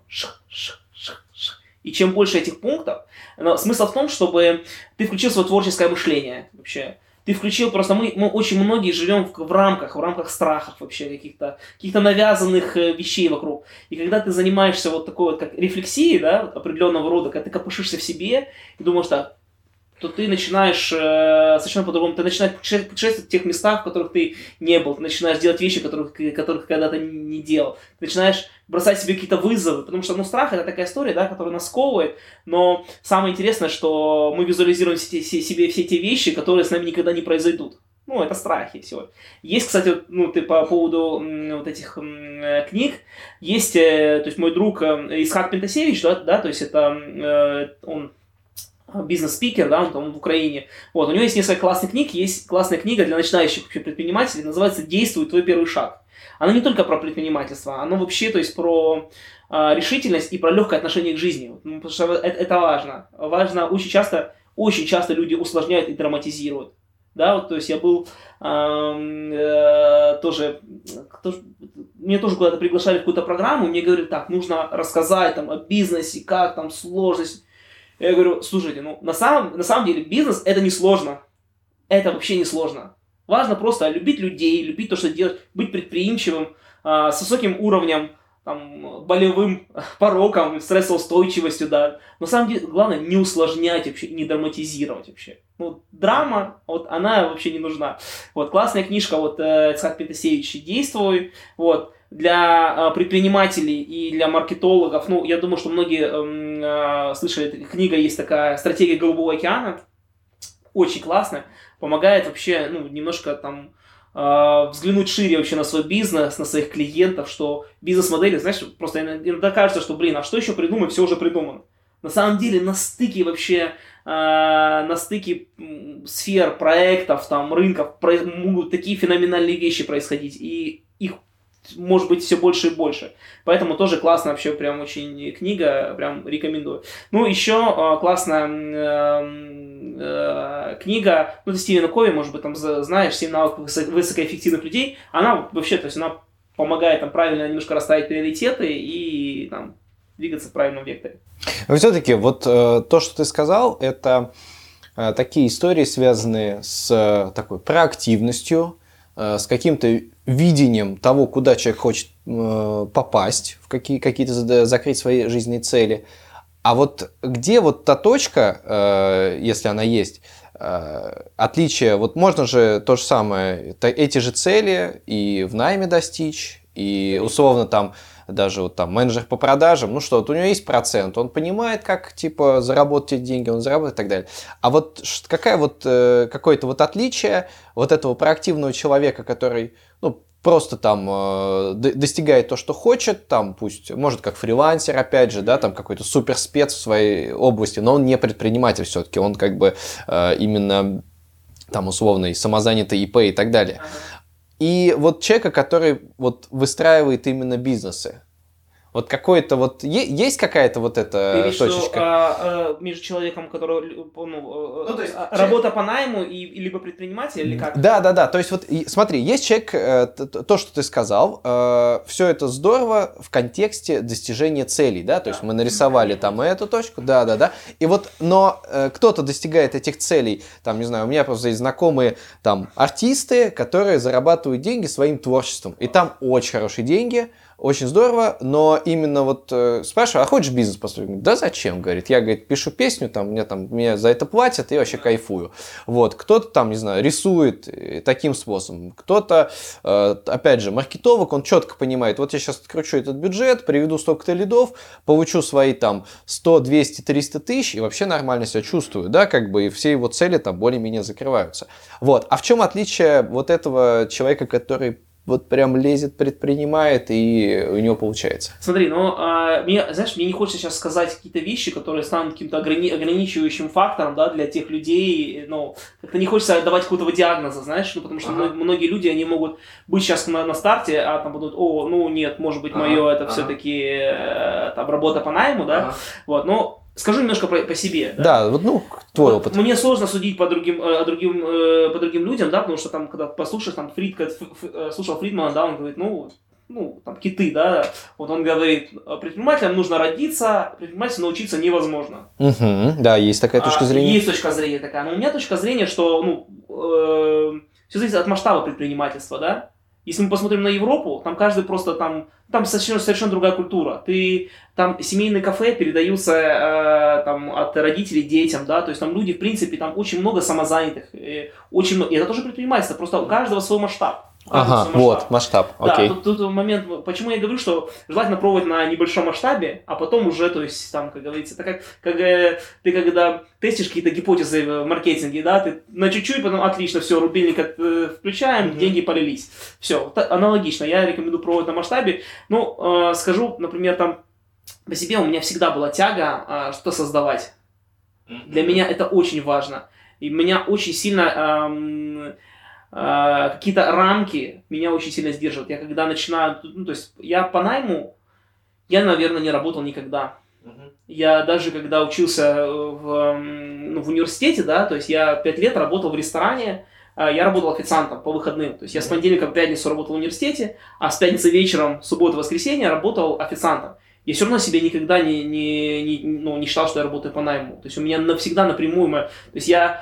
И чем больше этих пунктов, смысл в том, чтобы ты включил свое творческое мышление вообще. Ты включил, просто мы очень многие живем в рамках страхов вообще, каких-то навязанных вещей вокруг. И когда ты занимаешься вот такой вот, как рефлексией, да, определенного рода, когда ты копошишься в себе и думаешь так, то ты начинаешь совершенно по-другому, ты начинаешь путешествовать в тех местах, в которых ты не был, ты начинаешь делать вещи, которых когда-то не делал, ты начинаешь бросать себе какие-то вызовы, потому что, страх это такая история, да, которая нас сковывает, но самое интересное, что мы визуализируем себе все те вещи, которые с нами никогда не произойдут. Это страхи всего. Есть, кстати, ты по поводу вот этих книг, есть, то есть мой друг Исхак Пентасевич, да, то есть это он бизнес-спикер, да, он в Украине. Вот, у него есть несколько классных книг, есть классная книга для начинающих предпринимателей, называется «Действуй, твой первый шаг». Она не только про предпринимательство, она вообще, то есть про решительность и про легкое отношение к жизни. Потому что это важно. Важно, очень часто люди усложняют и драматизируют. Да, вот, то есть я был тоже, меня тоже куда-то приглашали в какую-то программу, и мне говорили, так, нужно рассказать о бизнесе, как сложность. Я говорю, слушайте, на самом деле бизнес это не сложно. Это вообще не сложно. Важно просто любить людей, любить то, что делать, быть предприимчивым, с высоким уровнем, болевым пороком, стрессоустойчивостью, да. Но на самом деле главное не усложнять вообще, не драматизировать вообще. Драма, она вообще не нужна. Вот, классная книжка, Исхак Пентасевич «Действуй», вот. Для предпринимателей и для маркетологов, я думаю, что многие слышали, книга есть такая «Стратегия Голубого океана», очень классная, помогает вообще, немножко взглянуть шире вообще на свой бизнес, на своих клиентов, что бизнес-модели, знаешь, просто иногда кажется, что, а что еще придумать, все уже придумано. На самом деле на стыке вообще, на стыке сфер, проектов, рынков могут такие феноменальные вещи происходить, и их может быть все больше и больше. Поэтому тоже классно вообще, прям очень книга, прям рекомендую. Еще классная книга, ты Стивена Кови, может быть, знаешь, 7 навыков высокоэффективных людей. Она вообще, то есть она помогает правильно немножко расставить приоритеты и двигаться в правильном векторе. Но все-таки то, что ты сказал, это такие истории, связанные с такой проактивностью, с каким-то видением того, куда человек хочет попасть, в какие-то закрыть свои жизненные цели. А где та точка, если она есть, отличие, можно же то же самое, эти же цели и в найме достичь, и условно даже менеджер по продажам, у него есть процент, он понимает, как заработать эти деньги, он заработает и так далее. А какое-то отличие этого проактивного человека, который просто достигает то, что хочет, пусть, может, как фрилансер, опять же, да, какой-то суперспец в своей области, но он не предприниматель все-таки, он именно условный самозанятый ИП и так далее. и вот человека, который вот выстраивает именно бизнесы. Вот какой-то вот есть какая-то вот эта точечка? Между человеком, который то есть работа по найму и либо предприниматель, или как? Да. То есть вот смотри, есть человек, то, что ты сказал, все это здорово в контексте достижения целей, да, то есть мы нарисовали там эту точку, да. И вот, но кто-то достигает этих целей, там, не знаю, у меня просто есть знакомые там артисты, которые зарабатывают деньги своим творчеством, и там очень хорошие деньги. Очень здорово, но именно вот спрашиваю, а хочешь бизнес построить? Говорит, да зачем, говорит, я, говорит, пишу песню, там, мне за это платят, и вообще кайфую. Вот, кто-то там, не знаю, рисует таким способом, кто-то, опять же, маркетолог, он четко понимает, вот я сейчас откручу этот бюджет, приведу столько-то лидов, получу свои там 100, 200, 300 тысяч, и вообще нормально себя чувствую, да, как бы, и все его цели там более-менее закрываются. Вот, а в чем отличие вот этого человека, который вот прям лезет, предпринимает, и у него получается? Смотри, знаешь, мне не хочется сейчас сказать какие-то вещи, которые станут каким-то ограничивающим фактором, да, для тех людей, как-то не хочется давать какого-то диагноза, знаешь, потому что многие люди, они могут быть сейчас на старте, а там подумают, нет, может быть, мое это все-таки там работа по найму, да, вот, но скажу немножко по себе. Да, вот, твой опыт. Мне сложно судить по другим людям, да, потому что там, когда послушаешь, там, слушал Фридмана, да, он говорит, там, киты, да, вот он говорит, предпринимателям нужно родиться, предпринимателям научиться невозможно. Да, есть такая точка зрения. Есть точка зрения такая, но у меня точка зрения, что, все зависит от масштаба предпринимательства, да. Если мы посмотрим на Европу, там каждый просто там совершенно другая культура. Там семейные кафе передаются там от родителей детям, да, то есть там люди, в принципе, там очень много самозанятых, очень много, и это тоже предпринимательство, просто у каждого свой масштаб. Вот, масштаб, окей. Да, тут момент, почему я говорю, что желательно пробовать на небольшом масштабе, а потом уже, то есть, там, как говорится, это как ты когда тестишь какие-то гипотезы в маркетинге, да, ты на чуть-чуть, потом отлично, все, рубильник включаем, деньги полились. Все, аналогично, я рекомендую пробовать на масштабе. Скажу, например, там, по себе у меня всегда была тяга что-то создавать. Для меня это очень важно. И меня очень сильно... какие-то рамки меня очень сильно сдерживают. Я когда начинаю, то есть я по найму, я, наверное, не работал никогда. Я даже когда учился в университете, да, то есть я 5 лет работал в ресторане, я работал официантом по выходным. То есть я с понедельника по пятницу работал в университете, а с пятницы вечером, субботу, воскресенье работал официантом. Я все равно себе никогда не считал, что я работаю по найму. То есть у меня навсегда напрямую... То есть я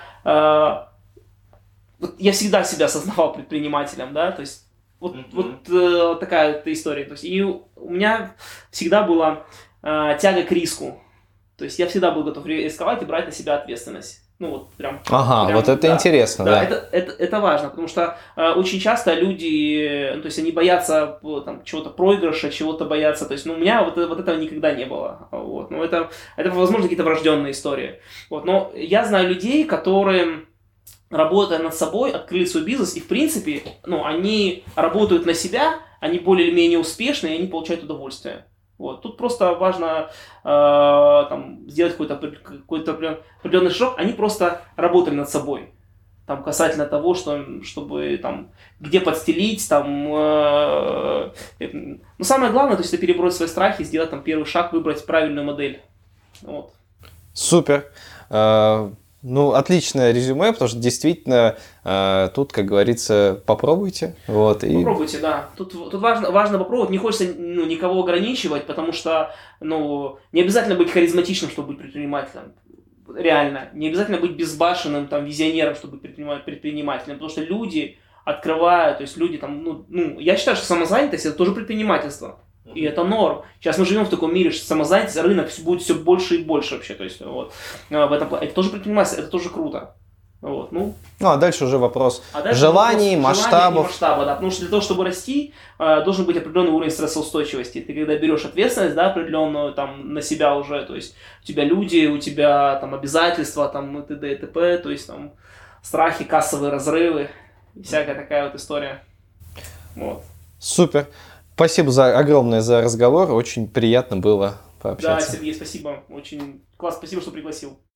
всегда себя осознавал предпринимателем, да, то есть такая история. То есть и у меня всегда была тяга к риску. То есть я всегда был готов рисковать и брать на себя ответственность. Прям, вот это да. интересно, да. Это важно, потому что очень часто люди, то есть они боятся там, чего-то проигрыша, чего-то боятся. То есть, у меня вот этого никогда не было. Вот. Но это, возможно, какие-то врожденные истории. Вот. Но я знаю людей, которые, работая над собой, открыли свой бизнес, и, в принципе, они работают на себя, они более или менее успешны, и они получают удовольствие. Вот. Тут просто важно сделать какой-то определенный шаг. Они просто работали над собой. Там, касательно того, чтобы там, где подстелить. Но самое главное, то есть, это перебросить свои страхи, сделать там первый шаг, выбрать правильную модель. Вот. Супер. Отличное резюме, потому что действительно тут, как говорится, попробуйте. Попробуйте, да. Тут важно попробовать. Не хочется никого ограничивать, потому что не обязательно быть харизматичным, чтобы быть предпринимателем. Реально. Не обязательно быть безбашенным визионером, чтобы быть предпринимателем. Потому что люди открывают, то есть люди я считаю, что самозанятость это тоже предпринимательство. И это норм. Сейчас мы живем в таком мире, что самозанятость, рынок будет все больше и больше вообще. То есть, в этом это тоже предпринимательство, это тоже круто. Вот, а дальше уже вопрос желаний, масштабов. Масштаба, да, потому что для того, чтобы расти, должен быть определенный уровень стрессоустойчивости. Ты когда берешь ответственность, да, определенную на себя уже, то есть у тебя люди, у тебя обязательства, и т.д. и т.п., то есть страхи, кассовые разрывы, всякая такая вот история. Вот. Супер. Спасибо огромное за разговор, очень приятно было пообщаться. Да, Сергей, спасибо, очень классно, спасибо, что пригласил.